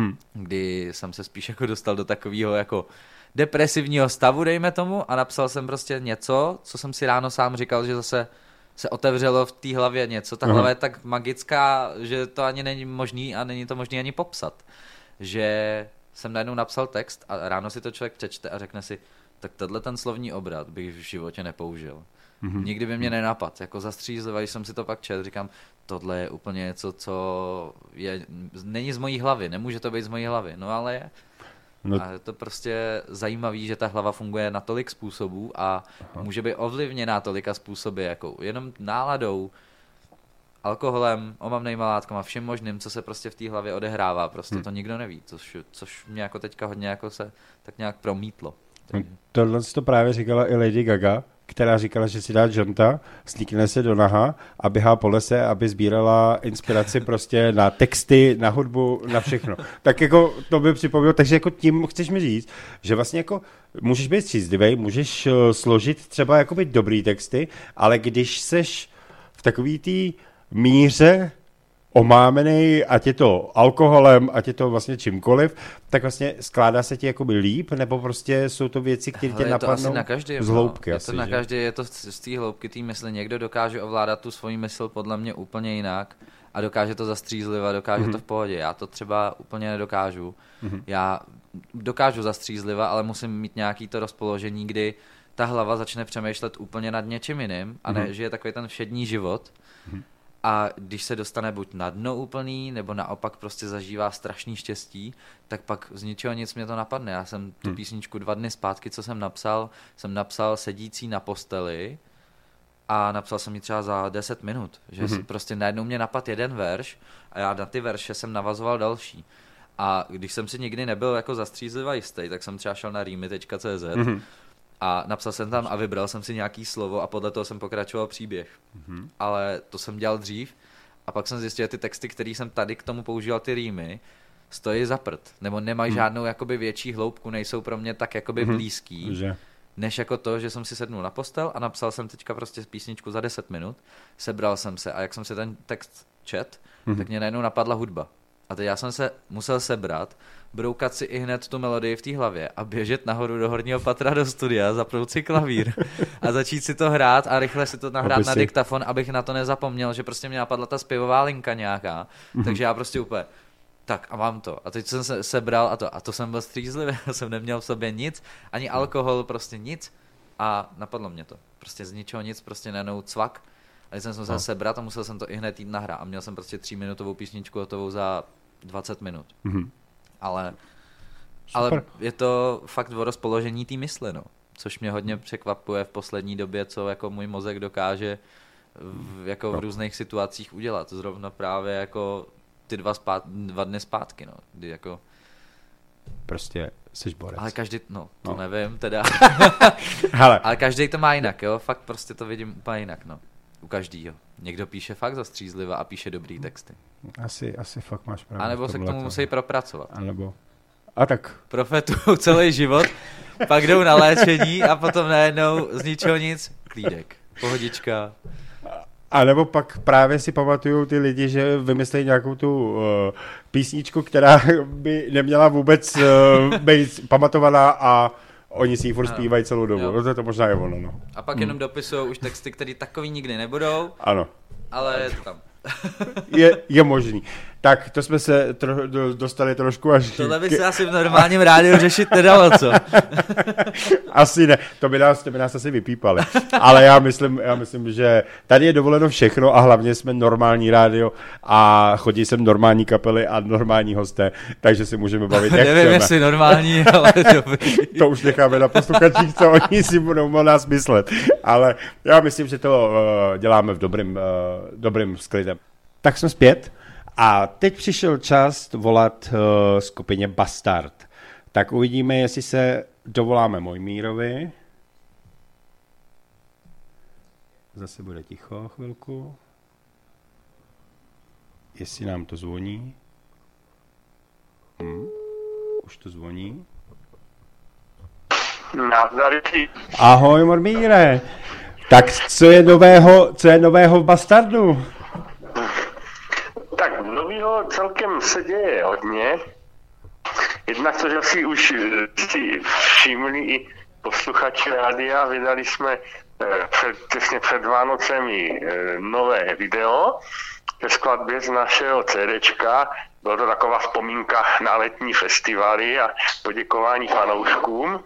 C: kdy jsem se spíš jako dostal do takového jako depresivního stavu, dejme tomu, a napsal jsem prostě něco, co jsem si ráno sám říkal, že zase se otevřelo v té hlavě něco. Ta hlava je tak magická, že to ani není možný a není to možný ani popsat. Že jsem najednou napsal text a ráno si to člověk přečte a řekne si, tak tenhle ten slovní obrat bych v životě nepoužil. Nikdy by mě nenapadl. Jako zastřízliva, když jsem si to pak četl, říkám, tohle je úplně něco, co není z mojí hlavy, nemůže to být z mojí hlavy, no ale je. No. A je to prostě zajímavý, že ta hlava funguje na tolik způsobů a může být ovlivněná tolika způsoby, jako jenom náladou, alkoholem, omamnejma látkama, všem možným, co se prostě v té hlavě odehrává, prostě to nikdo neví, což mě jako teďka hodně jako se tak nějak promítlo.
B: Tohle to právě říkala i Lady Gaga, která říkala, že si dá džonta, slíkne se do naha a běhá po lese, aby sbírala inspiraci prostě na texty, na hudbu, na všechno. Tak jako to by připomnělo, takže jako tím chceš mi říct, že vlastně jako můžeš být střízlivý, můžeš složit třeba jakoby dobrý texty, ale když seš v takový té míře omámenej, ať je to alkoholem, ať je to vlastně čímkoliv, tak vlastně skládá se ti jakoby líp, nebo prostě jsou to věci, které tě napadnou z hloubky.
C: Je to na každý, je to z té hloubky té mysli. Někdo dokáže ovládat tu svoji mysl podle mě úplně jinak a dokáže to zastřízliva, dokáže to v pohodě. Já to třeba úplně nedokážu. Já dokážu zastřízliva, ale musím mít nějaký to rozpoložení, kdy ta hlava začne přemýšlet úplně nad něčím jiným a ne, že je takový ten všední život. A když se dostane buď na dno úplný, nebo naopak prostě zažívá strašný štěstí, tak pak z ničeho nic mě to napadne. Já jsem tu písničku 2 dny zpátky, co jsem napsal sedící na posteli a napsal jsem ji třeba za 10 minut. Že prostě najednou mě napadl jeden verš a já na ty verše jsem navazoval další. A když jsem si nikdy nebyl jako zastřízliva jistý, tak jsem třeba šel na rýmy.cz a napsal jsem tam a vybral jsem si nějaký slovo a podle toho jsem pokračoval příběh. Ale to jsem dělal dřív a pak jsem zjistil, že ty texty, které jsem tady k tomu používal, ty rýmy, stojí za prd. Nebo nemají žádnou jakoby větší hloubku, nejsou pro mě tak jakoby blízký, než jako to, že jsem si sednul na postel a napsal jsem teďka prostě písničku za 10 minut, sebral jsem se a jak jsem si ten text čet, tak mě najednou napadla hudba. A teď já jsem se musel sebrat, broukat si i hned tu melodii v té hlavě a běžet nahoru do horního patra do studia, zapnout si klavír a začít si to hrát a rychle si to nahrát na diktafon, abych na to nezapomněl, že prostě mě napadla ta zpěvová linka nějaká. Takže já prostě úplně, tak a mám to. A teď jsem se sebral a to jsem byl střízlivý, já jsem neměl v sobě nic, ani alkohol, prostě nic a napadlo mě to. Prostě z ničeho nic, prostě najednou cvak. A když jsem se musel sebrat a musel jsem to i hned jít nahrát a měl jsem prostě 3minutovou písničku hotovou za 20 minut. Ale je to fakt o rozpoložení té mysli, no. Což mě hodně překvapuje v poslední době, co jako můj mozek dokáže v různých situacích udělat. Zrovna právě jako ty 2 dny zpátky, no. Kdy jako...
B: Prostě jsi borec.
C: Ale každý, nevím, teda. Ale každý to má jinak, jo. Fakt prostě to vidím úplně jinak, no. U každýho. Někdo píše fakt zastřízliva a píše dobrý texty.
B: Asi fakt máš pravdu.
C: A nebo se k tomu musí propracovat.
B: A tak.
C: Profetují celý život, pak jdou na léčení a potom najednou z ničeho nic, klídek, pohodička.
B: A nebo pak právě si pamatujou ty lidi, že vymyslejí nějakou tu písničku, která by neměla vůbec být pamatovaná a oni si ji furt zpívají celou dobu. No to možná je ono, no.
C: A pak jenom dopisují už texty, které takový nikdy nebudou.
B: Ano.
C: Ale je to tam.
B: je možný. Tak to jsme se dostali trošku až...
C: Tohle by se asi v normálním rádiu řešit nedalo, co?
B: Asi ne, to by nás asi vypípali. Ale já myslím, že tady je dovoleno všechno a hlavně jsme normální rádio a chodí sem normální kapely a normální hosté, takže si můžeme bavit, jak
C: nevím, jestli normální, ale dobrý.
B: To už necháme na posluchačích, co oni si budou o nás myslet. Ale já myslím, že to děláme v dobrým sklidem. Tak jsme zpět. A teď přišel čas volat skupině Bastard. Tak uvidíme, jestli se dovoláme Mojmírovi. Zase bude ticho chvilku. jestli nám to zvoní. Už to zvoní. Ahoj, Mormíre. Tak co je nového v Bastardu?
E: Tak nového celkem se děje hodně. Jednak to, že si už všimli i posluchači rádia, vydali jsme těsně před Vánocemi nové video ke skladbě z našeho CDčka. Byla to taková vzpomínka na letní festivaly a poděkování fanouškům.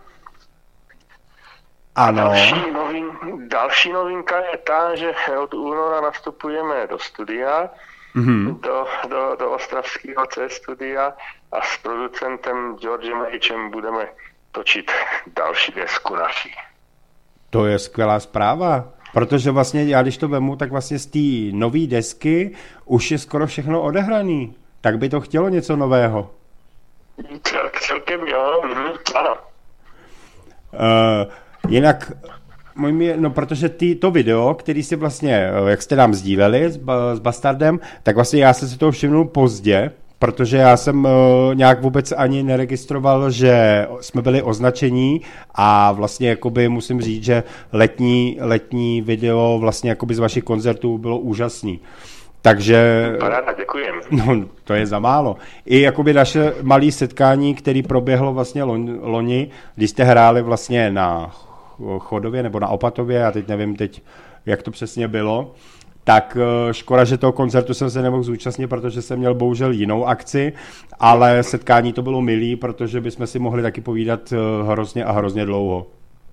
B: Ano.
E: Další novinka je ta, že od února nastupujeme do studia, do ostravského C studia a s producentem Georgem Hejčem budeme točit další desku naší.
B: To je skvělá zpráva, protože vlastně já když to vemu, tak vlastně z té nové desky už je skoro všechno odehraný. Tak by to chtělo něco nového.
E: Celkem jo, ano.
B: Jinak, protože to video, který si vlastně, jak jste nám sdíleli s Bastardem, tak vlastně já jsem si toho všimnul pozdě, protože já jsem nějak vůbec ani neregistroval, že jsme byli označení a vlastně jakoby musím říct, že letní video vlastně jakoby z vašich koncertů bylo úžasný. Takže...
E: Paráda, děkujem.
B: No, to je za málo. I jakoby naše malé setkání, které proběhlo vlastně loni, když jste hráli vlastně na Chodově nebo na Opatově, a teď nevím jak to přesně bylo, tak škoda, že toho koncertu jsem se nemohl zúčastnit, protože jsem měl bohužel jinou akci, ale setkání to bylo milý, protože bychom si mohli taky povídat hrozně dlouho.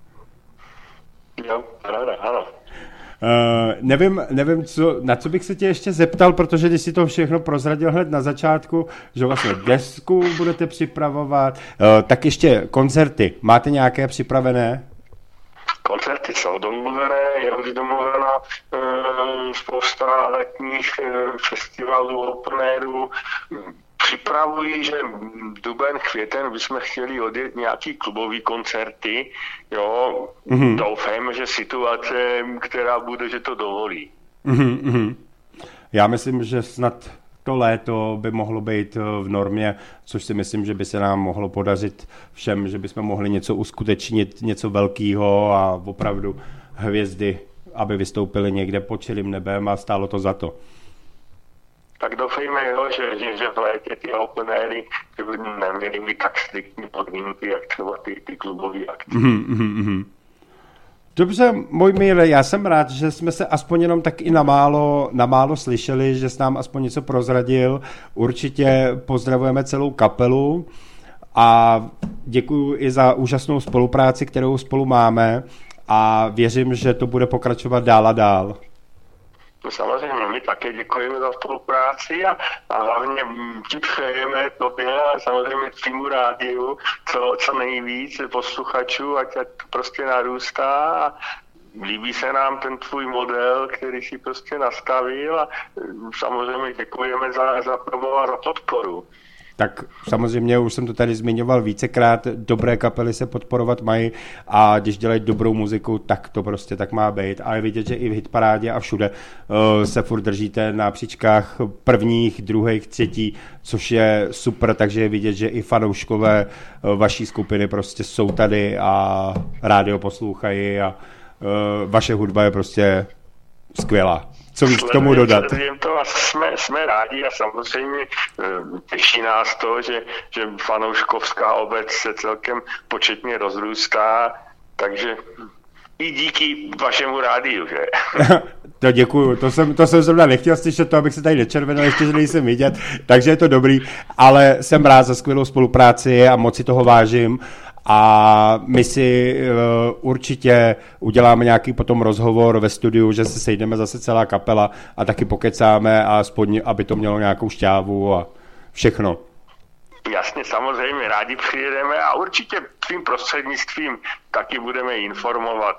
E: Jo, paráda, ano.
B: Nevím, na co bych se tě ještě zeptal, protože když si to všechno prozradil hned na začátku, že vlastně desku budete připravovat, tak ještě koncerty. Máte nějaké připravené?
E: Koncerty jsou domluvené, je už domluvena spousta letních festivalů, open airů. Připravují, že duben, květen bychom chtěli odjet nějaký klubový koncerty, jo, Doufám, že situace, která bude, že to dovolí.
B: Já myslím, že snad to léto by mohlo být v normě, což si myslím, že by se nám mohlo podařit všem, že bychom mohli něco uskutečnit, něco velkého a opravdu hvězdy, aby vystoupily někde pod čilým nebem a stálo to za to.
E: Tak doufejme, jo, že v létě ty open airy by neměly být tak striktní podmínky, jak třeba ty klubové akce.
B: Dobře, můj Míre, já jsem rád, že jsme se aspoň jenom tak i na málo slyšeli, že jsi nám aspoň něco prozradil. Určitě pozdravujeme celou kapelu a děkuji i za úžasnou spolupráci, kterou spolu máme a věřím, že to bude pokračovat dál a dál.
E: No samozřejmě, my také děkujeme za spolupráci a hlavně ti přejeme tobě a samozřejmě tvému rádiu co nejvíc posluchačů, ať to prostě narůstá a líbí se nám ten tvůj model, který si prostě nastavil a samozřejmě děkujeme za promo a za podporu.
B: Tak samozřejmě, už jsem to tady zmiňoval vícekrát, dobré kapely se podporovat mají a když dělají dobrou muziku, tak to prostě tak má být. A je vidět, že i v hitparádě a všude se furt držíte na příčkách prvních, druhých, třetí, což je super, takže je vidět, že i fanouškové vaší skupiny prostě jsou tady a rádio poslouchají a vaše hudba je prostě skvělá. Co víš k tomu dodat?
E: To a jsme rádi a samozřejmě těší nás to, že fanouškovská obec se celkem početně rozrůstá, takže i díky vašemu rádiu, že?
B: To děkuju, to jsem zrovna nechtěl slyšet to, abych se tady nečervenal, ještě, že nejsem vidět, takže je to dobrý, ale jsem rád za skvělou spolupráci a moc si toho vážím. A my si určitě uděláme nějaký potom rozhovor ve studiu, že se sejdeme zase celá kapela a taky pokecáme a aspoň, aby to mělo nějakou šťávu a všechno.
E: Jasně, samozřejmě, rádi přijedeme a určitě tvým prostřednictvím taky budeme informovat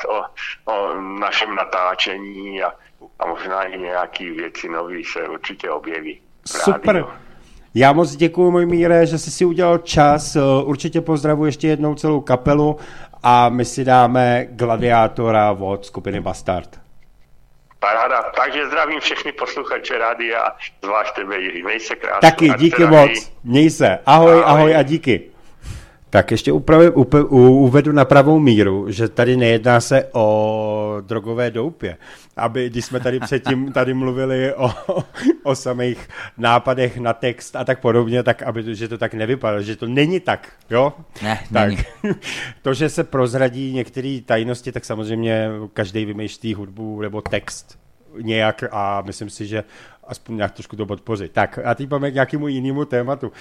E: o našem natáčení a možná i nějaký věci nový se určitě objeví.
B: Super.
E: Rádio.
B: Já moc děkuju, můj Míre, že jsi si udělal čas. Určitě pozdravuji ještě jednou celou kapelu a my si dáme Gladiátora od skupiny Bastard.
E: Paráda. Takže zdravím všechny posluchače rádia, zvlášť tebe, Jiří. Měj se krásně.
B: Taky, díky moc. Měj se. Ahoj a díky. Tak ještě uvedu na pravou míru, že tady nejedná se o drogové doupě. Když jsme tady předtím mluvili o samých nápadech na text a tak podobně, tak že to tak nevypadalo, že to není tak, jo?
C: Ne,
B: tak.
C: Není.
B: To, že se prozradí některé tajnosti, tak samozřejmě každý vymýšlí hudbu nebo text nějak a myslím si, že aspoň nějak trošku to podpoří. Tak a teď máme k nějakému jinému tématu.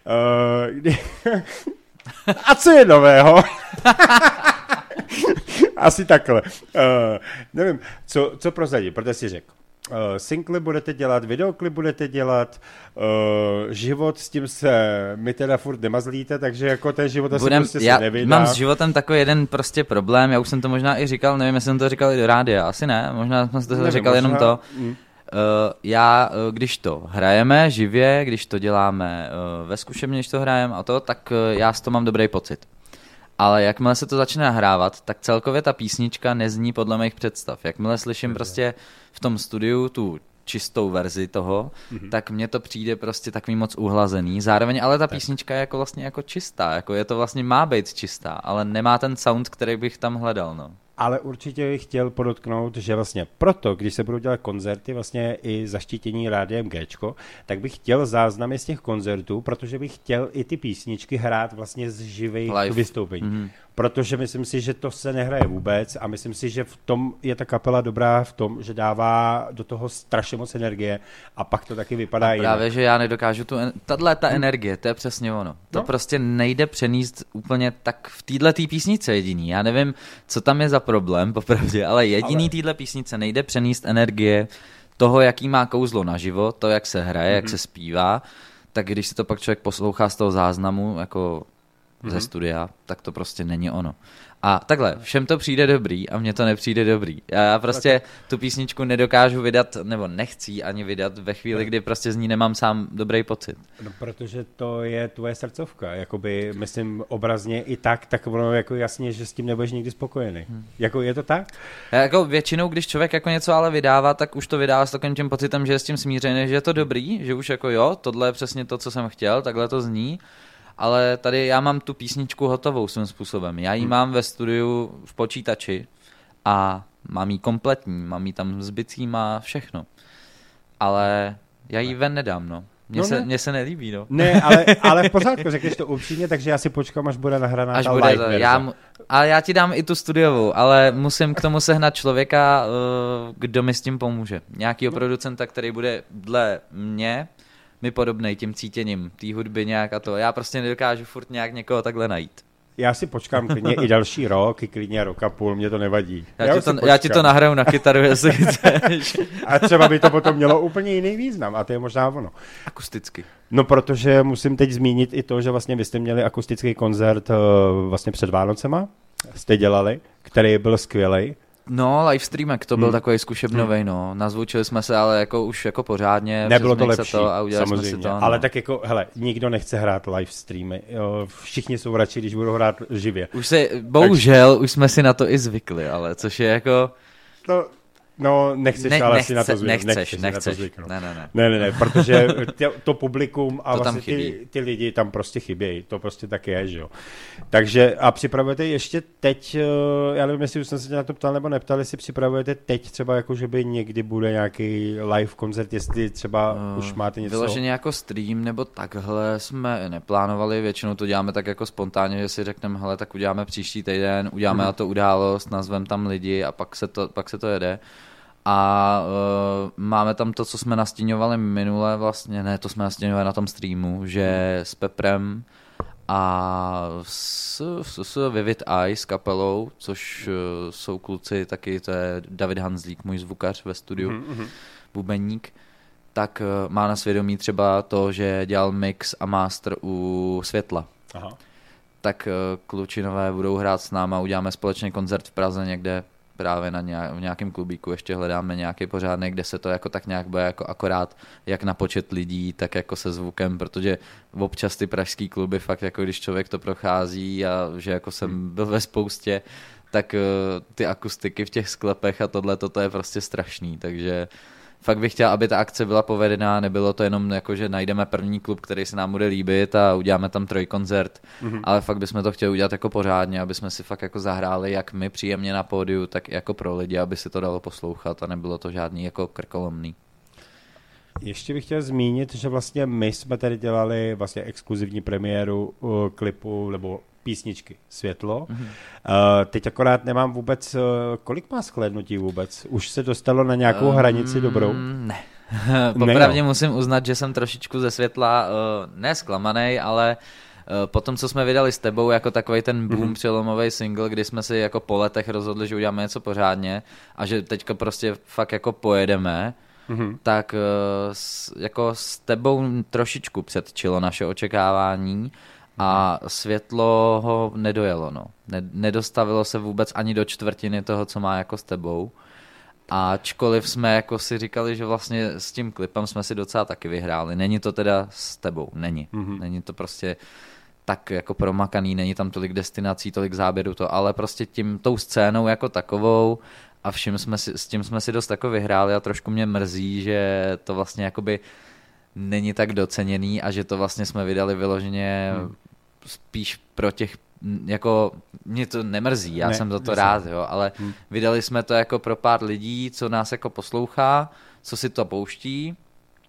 B: A co je nového? Asi takhle. Nevím, co prozradí, protože si řekl. Singly budete dělat, videoklip budete dělat, život, s tím se my teda furt nemazlíte, takže jako ten život asi prostě se nevydá.
C: Mám s životem takový jeden prostě problém, já už jsem to možná i říkal, nevím, jestli jsem to říkal i do rádia, asi ne, možná jsem to říkal možná, jenom to. Já, když to hrajeme živě, když to děláme ve zkušebně, když to hrajeme a to, tak já z toho mám dobrý pocit. Ale jakmile se to začne nahrávat, tak celkově ta písnička nezní podle mých představ. Jakmile slyším prostě v tom studiu tu čistou verzi toho, tak mně to přijde prostě takový moc uhlazený. Zároveň ale ta písnička je jako vlastně jako čistá, jako je to vlastně má být čistá, ale nemá ten sound, který bych tam hledal, no.
B: Ale určitě bych chtěl podotknout, že vlastně proto, když se budou dělat koncerty, vlastně i zaštítění rádiem Gčko, tak bych chtěl záznamy z těch koncertů, protože bych chtěl i ty písničky hrát vlastně z živých vystoupení. Protože myslím si, že to se nehraje vůbec a myslím si, že v tom je ta kapela dobrá v tom, že dává do toho strašně moc energie a pak to taky vypadá jinak.
C: Právě, že já nedokážu ta energie, to je přesně ono. To prostě nejde přenést úplně tak v této písnice jediný. Já nevím, co tam je za problém, popravdě, ale jediný této písnice nejde přenést energie toho, jaký má kouzlo naživo, to, jak se hraje, jak se zpívá, tak když si to pak člověk poslouchá z toho záznamu, jako ze studia, tak to prostě není ono. A takhle, všem to přijde dobrý a mně to nepřijde dobrý. Já prostě tu písničku nedokážu vydat, nebo nechci ani vydat ve chvíli, kdy prostě z ní nemám sám dobrý pocit.
B: No, protože to je tvoje srdcovka, jakoby, myslím, obrazně i tak ono jako jasně, že s tím nebudeš nikdy spokojený. Jako je to tak?
C: Jako většinou, když člověk jako něco ale vydává, tak už to vydává s takovým tím pocitem, že je s tím smířený, že je to dobrý, že už jako jo, tohle je přesně to, co jsem chtěl, takhle to zní. Ale tady já mám tu písničku hotovou svým způsobem. Já ji mám ve studiu v počítači a mám ji kompletní, mám ji tam s bicíma, všechno. Ale já ji ven nedám, no. Mně se nelíbí, no.
B: Ne, ale v pořádku, řekneš to upřímně, takže já si počkám, až bude nahraná ta live verze.
C: Ale já ti dám i tu studiovou, ale musím k tomu sehnat člověka, kdo mi s tím pomůže. Nějakýho producenta, který bude dle mě mi podobnej tím cítěním té hudby nějak a to. Já prostě nedokážu furt nějak někoho takhle najít.
B: Já si počkám klidně i další rok, i klidně rok a půl, mě to nevadí.
C: Já ti to nahraju na kytaru, jestli chceš.
B: A třeba by to potom mělo úplně jiný význam a to je možná ono.
C: Akusticky.
B: No, protože musím teď zmínit i to, že vlastně vy jste měli akustický koncert vlastně před Vánocema, jste dělali, který byl skvělej.
C: No, livestreamek, to byl takový zkušebnovej, no. Nazvučili jsme se, ale jako už jako pořádně.
B: Nebylo to lepší,
C: a udělali
B: samozřejmě,
C: jsme si to. No.
B: Ale tak jako, hele, nikdo nechce hrát livestreamy. Všichni jsou radši, když budou hrát živě.
C: Bohužel, už jsme si na to i zvykli, ale což je jako...
B: No, nechceš, ale si na to zvyknout.
C: Nechceš.
B: Ne, protože to publikum a to vlastně ty lidi tam prostě chybějí. To prostě tak je, že jo. Takže a připravujete ještě teď, já nevím, jestli už jsem se tě na to ptal nebo neptal, jestli připravujete teď třeba jako, že by někdy bude nějaký live koncert, jestli třeba už máte něco.
C: Vyloženě jako stream nebo takhle jsme neplánovali, většinou to děláme tak jako spontánně, že si řekneme, hele, tak uděláme příští týden, uděláme na to událost, nazveme tam lidi a pak se to jede. A máme tam to, co jsme nastíňovali minule vlastně, ne, to jsme nastíňovali na tom streamu, že s Peprem a s Vivid Eye s kapelou, což jsou kluci, taky to je David Hanzlík, můj zvukař ve studiu, bubeník, tak má na svědomí třeba to, že dělal mix a master u Světla. Aha. Tak klučinové budou hrát s náma, uděláme společný koncert v Praze někde, právě v nějakém klubíku ještě hledáme nějaký pořádný, kde se to jako tak nějak bude jako akorát jak na počet lidí, tak jako se zvukem, protože občas ty pražský kluby fakt jako když člověk to prochází a že jako jsem byl ve spoustě, tak ty akustiky v těch sklepech a tohle, to je prostě strašný, takže fakt bych chtěl, aby ta akce byla povedená, nebylo to jenom jako, že najdeme první klub, který se nám bude líbit a uděláme tam trojkoncert, ale fakt bychom to chtěli udělat jako pořádně, aby jsme si fakt jako zahráli jak my příjemně na pódiu, tak i jako pro lidi, aby si to dalo poslouchat a nebylo to žádný jako krkolomný.
B: Ještě bych chtěl zmínit, že vlastně my jsme tady dělali vlastně exkluzivní premiéru klipu nebo písničky Světlo. Teď akorát nemám vůbec, kolik má shlédnutí vůbec? Už se dostalo na nějakou hranici dobrou?
C: Ne. Popravdě musím uznat, že jsem trošičku ze Světla nesklamanej, ale potom, co jsme vydali s tebou jako takovej ten boom přelomový single, kdy jsme si jako po letech rozhodli, že uděláme něco pořádně a že teďka prostě fakt jako pojedeme, tak jako s tebou trošičku předčilo naše očekávání a Světlo ho nedojelo, no. Nedostavilo se vůbec ani do čtvrtiny toho, co má jako s tebou. Ačkoliv jsme jako si říkali, že vlastně s tím klipem jsme si docela taky vyhráli. Není to teda s tebou, není. Není to prostě tak jako promakaný, není tam tolik destinací, tolik záběrů to, ale prostě tou scénou jako takovou a s tím jsme si dost jako vyhráli a trošku mě mrzí, že to vlastně jakoby není tak doceněný a že to vlastně jsme vydali vyloženě spíš pro těch, jako mě to nemrzí, já jsem za to rád, jo, ale vydali jsme to jako pro pár lidí, co nás jako poslouchá, co si to pouští,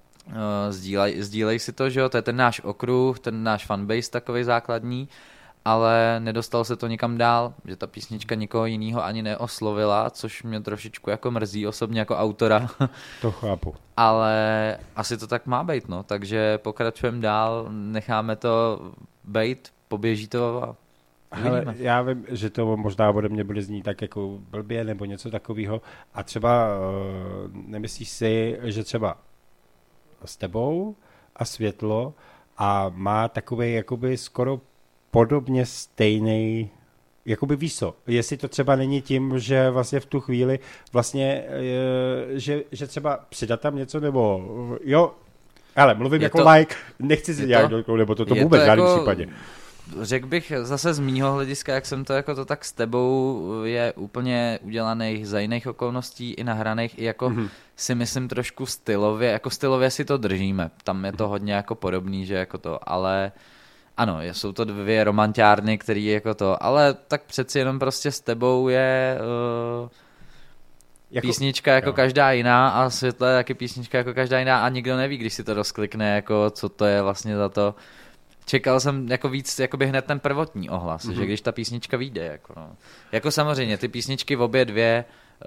C: sdílej si to, že jo, to je ten náš okruh, ten náš fanbase takovej základní, ale nedostalo se to nikam dál, že ta písnička nikoho jiného ani neoslovila, což mě trošičku jako mrzí osobně jako autora.
B: To chápu.
C: Ale asi to tak má být, no, takže pokračujeme dál, necháme to bejt, poběží to a
B: hele, já vím, že to možná ode mě bude znít tak jako blbě nebo něco takového a třeba nemyslíš si, že třeba s tebou a Světlo a má takovej jakoby skoro podobně stejný, jakoby víš co, jestli to třeba není tím, že vlastně v tu chvíli vlastně, že třeba přidat tam něco, nebo jo, ale mluvím jako like, nechci si dělat, nebo to vůbec v žádném jako, případě.
C: Řekl bych zase z mýho hlediska, jak jsem to jako to tak s tebou je úplně udělaných za jiných okolností i nahraných, i jako si myslím trošku stylově, jako stylově si to držíme, tam je to hodně jako podobný, že jako to, ale ano, jsou to dvě romantiárny, který je jako to, ale tak přeci jenom prostě s tebou je písnička jako každá jiná a Světlo je taky písnička jako každá jiná a nikdo neví, když si to rozklikne, jako co to je vlastně za to. Čekal jsem jako víc jakoby hned ten prvotní ohlas, že když ta písnička vyjde. Jako, no. Jako samozřejmě, ty písničky v obě dvě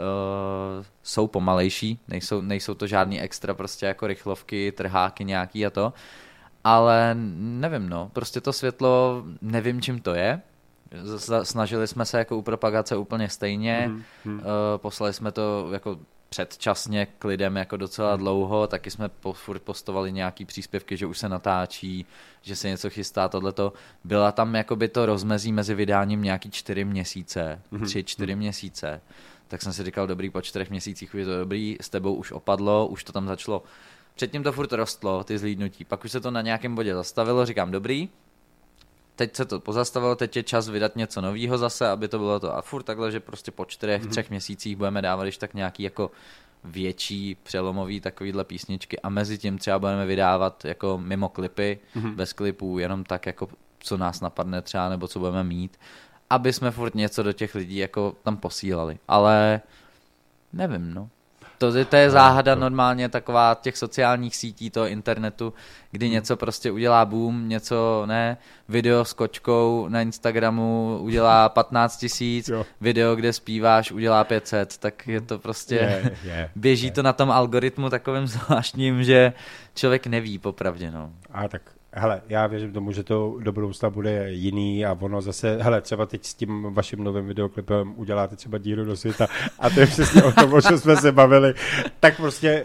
C: jsou pomalejší, nejsou to žádný extra prostě jako rychlovky, trháky nějaký a to. Ale nevím, no, prostě to Světlo, nevím, čím to je. Snažili jsme se jako u propagace úplně stejně, poslali jsme to jako předčasně k lidem jako docela dlouho, taky jsme furt postovali nějaký příspěvky, že už se natáčí, že se něco chystá, tohleto. Byla tam jakoby to rozmezí mezi vydáním nějaký 4 měsíce, 3-4 měsíce, tak jsem si říkal, dobrý, po 4 měsících už je to dobrý, s tebou už opadlo, už to tam začalo. Předtím to furt rostlo, ty zhlídnutí, pak už se to na nějakém bodě zastavilo, říkám dobrý, teď se to pozastavilo, teď je čas vydat něco novýho zase, aby to bylo to a furt takhle, že prostě po 4-3 měsících budeme dávat když tak nějaký jako větší přelomový takovýhle písničky a mezi tím třeba budeme vydávat jako mimo klipy, bez klipů, jenom tak jako co nás napadne třeba nebo co budeme mít, aby jsme furt něco do těch lidí jako tam posílali, ale nevím, no. To je záhada normálně taková těch sociálních sítí, toho internetu, kdy něco prostě udělá boom, něco ne, video s kočkou na Instagramu udělá 15 000, video, kde zpíváš, udělá 500, tak je to prostě, běží to na tom algoritmu takovým zvláštním, že člověk neví popravdě, no.
B: A tak hele, já věřím tomu, že to do budoucna bude jiný a ono zase, hele, třeba teď s tím vaším novým videoklipem uděláte třeba díru do světa a to je přesně o tom, o čem jsme se bavili, tak prostě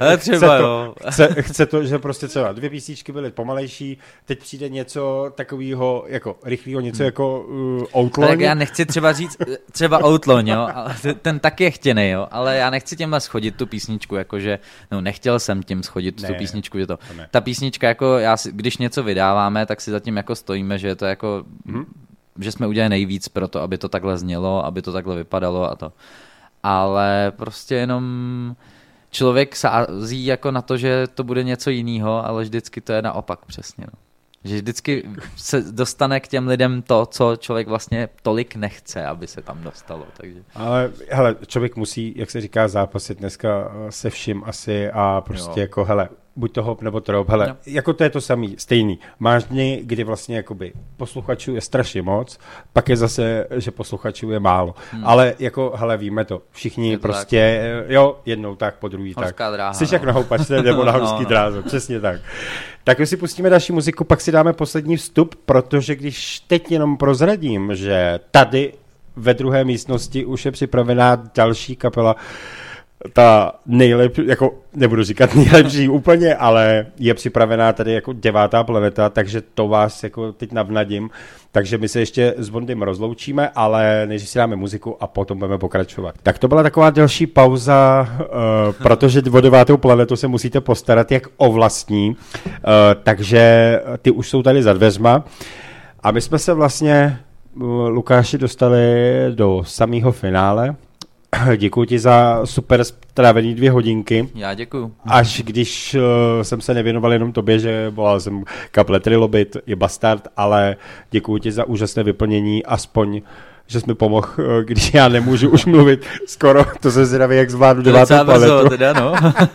B: chce to, že prostě třeba 2 písničky byly pomalejší, teď přijde něco takového jako rychlého, něco jako Outlaw.
C: Tak já nechci třeba říct, třeba Outlaw, jo, ten taky je chtěnej, jo, ale já nechci těmhle schodit tu písničku, jakože, no nechtěl jsem tím schodit tu písničku, že to, ta písnička jako, když něco vydáváme, tak si zatím jako stojíme, že je to jako že jsme udělali nejvíc pro to, aby to takhle znělo, aby to takhle vypadalo a to. Ale prostě jenom člověk sází jako na to, že to bude něco jiného, ale vždycky to je naopak přesně. No. Že vždycky se dostane k těm lidem to, co člověk vlastně tolik nechce, aby se tam dostalo. Takže.
B: Ale hele, člověk musí, jak se říká, zápasit dneska se vším asi a prostě jako hele, buď to hop nebo trop, hele, jako to je to samý, stejný. Máš dny, kdy vlastně jakoby posluchačů je strašně moc, pak je zase, že posluchačů je málo. Ale jako, hele, víme to, všichni prostě, jo, jednou tak, po druhý
C: horská
B: tak.
C: dráha,
B: Jsi jak na houpačce nebo na horský dráze, přesně tak. Tak si pustíme další muziku, pak si dáme poslední vstup, protože když teď jenom prozradím, že tady ve druhé místnosti už je připravená další kapela, ta nejlepší, jako nebudu říkat nejlepší úplně, ale je připravená tady jako 9. planeta, takže to vás jako teď navnadím. Takže my se ještě s Bondym rozloučíme, ale než si dáme muziku a potom budeme pokračovat. Tak to byla taková delší pauza, protože o 9. planetu se musíte postarat jak o vlastní, takže ty už jsou tady za dveřma. A my jsme se vlastně, Lukáši, dostali do samého finále. Děkuji ti za super strávený 2 hodinky.
C: Já děkuju.
B: Až když jsem se nevěnoval jenom tobě, že volal jsem kaple Trilobit i Bastard, ale děkuji ti za úžasné vyplnění, aspoň že jsi mi pomohl, když já nemůžu už mluvit skoro, to jsem zvědavý, jak zvládnu 9. planetu.
C: Teda, no.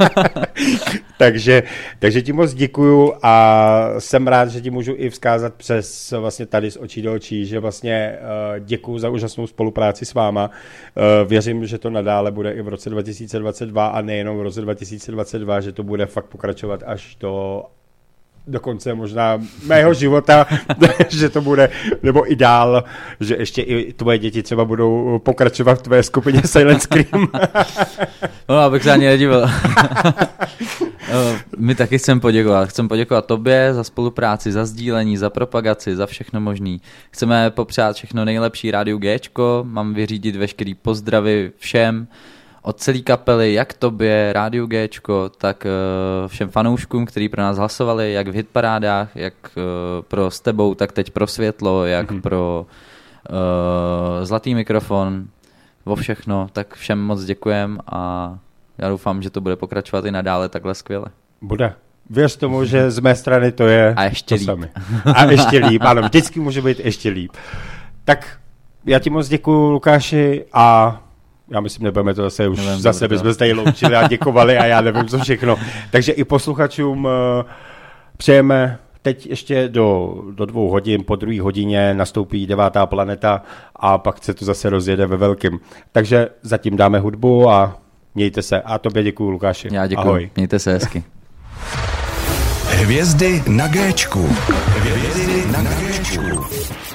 B: takže ti moc děkuju a jsem rád, že ti můžu i vzkázat přes vlastně tady z očí do očí, že vlastně děkuju za úžasnou spolupráci s váma. Věřím, že to nadále bude i v roce 2022 a nejenom v roce 2022, že to bude fakt pokračovat až do konce možná mého života, že to bude, nebo i dál, že ještě i tvoje děti třeba budou pokračovat v tvé skupině Silent Scream.
C: No, abych se ani nedivil. My taky chcem poděkovat. Chcem poděkovat tobě za spolupráci, za sdílení, za propagaci, za všechno možný. Chceme popřát všechno nejlepší Rádiu Géčko, mám vyřídit veškerý pozdravy všem, od celé kapely, jak tobě, Rádiu Géčko, tak všem fanouškům, kteří pro nás hlasovali, jak v hitparádách, jak pro S tebou, tak teď pro Světlo, jak pro Zlatý mikrofon, o všechno, tak všem moc děkujem a já doufám, že to bude pokračovat i nadále takhle skvěle.
B: Bude. Věř tomu, že z mé strany to je
C: a ještě
B: to
C: líp.
B: samé. A ještě líp, ano, vždycky může být ještě líp. Tak já ti moc děkuju, Lukáši, a já myslím, nebudeme to zase už zase bychom se tady loučili a děkovali a já nevím co všechno. Takže i posluchačům přejeme teď ještě do 2 hodin, po 2 hodině nastoupí 9. planeta a pak se to zase rozjede ve velkým. Takže zatím dáme hudbu a mějte se. A tobě děkuju, Lukáši.
C: Já děkuju.
B: Ahoj.
C: Mějte se hezky.
A: Hvězdy na Géčku. Hvězdy na Géčku.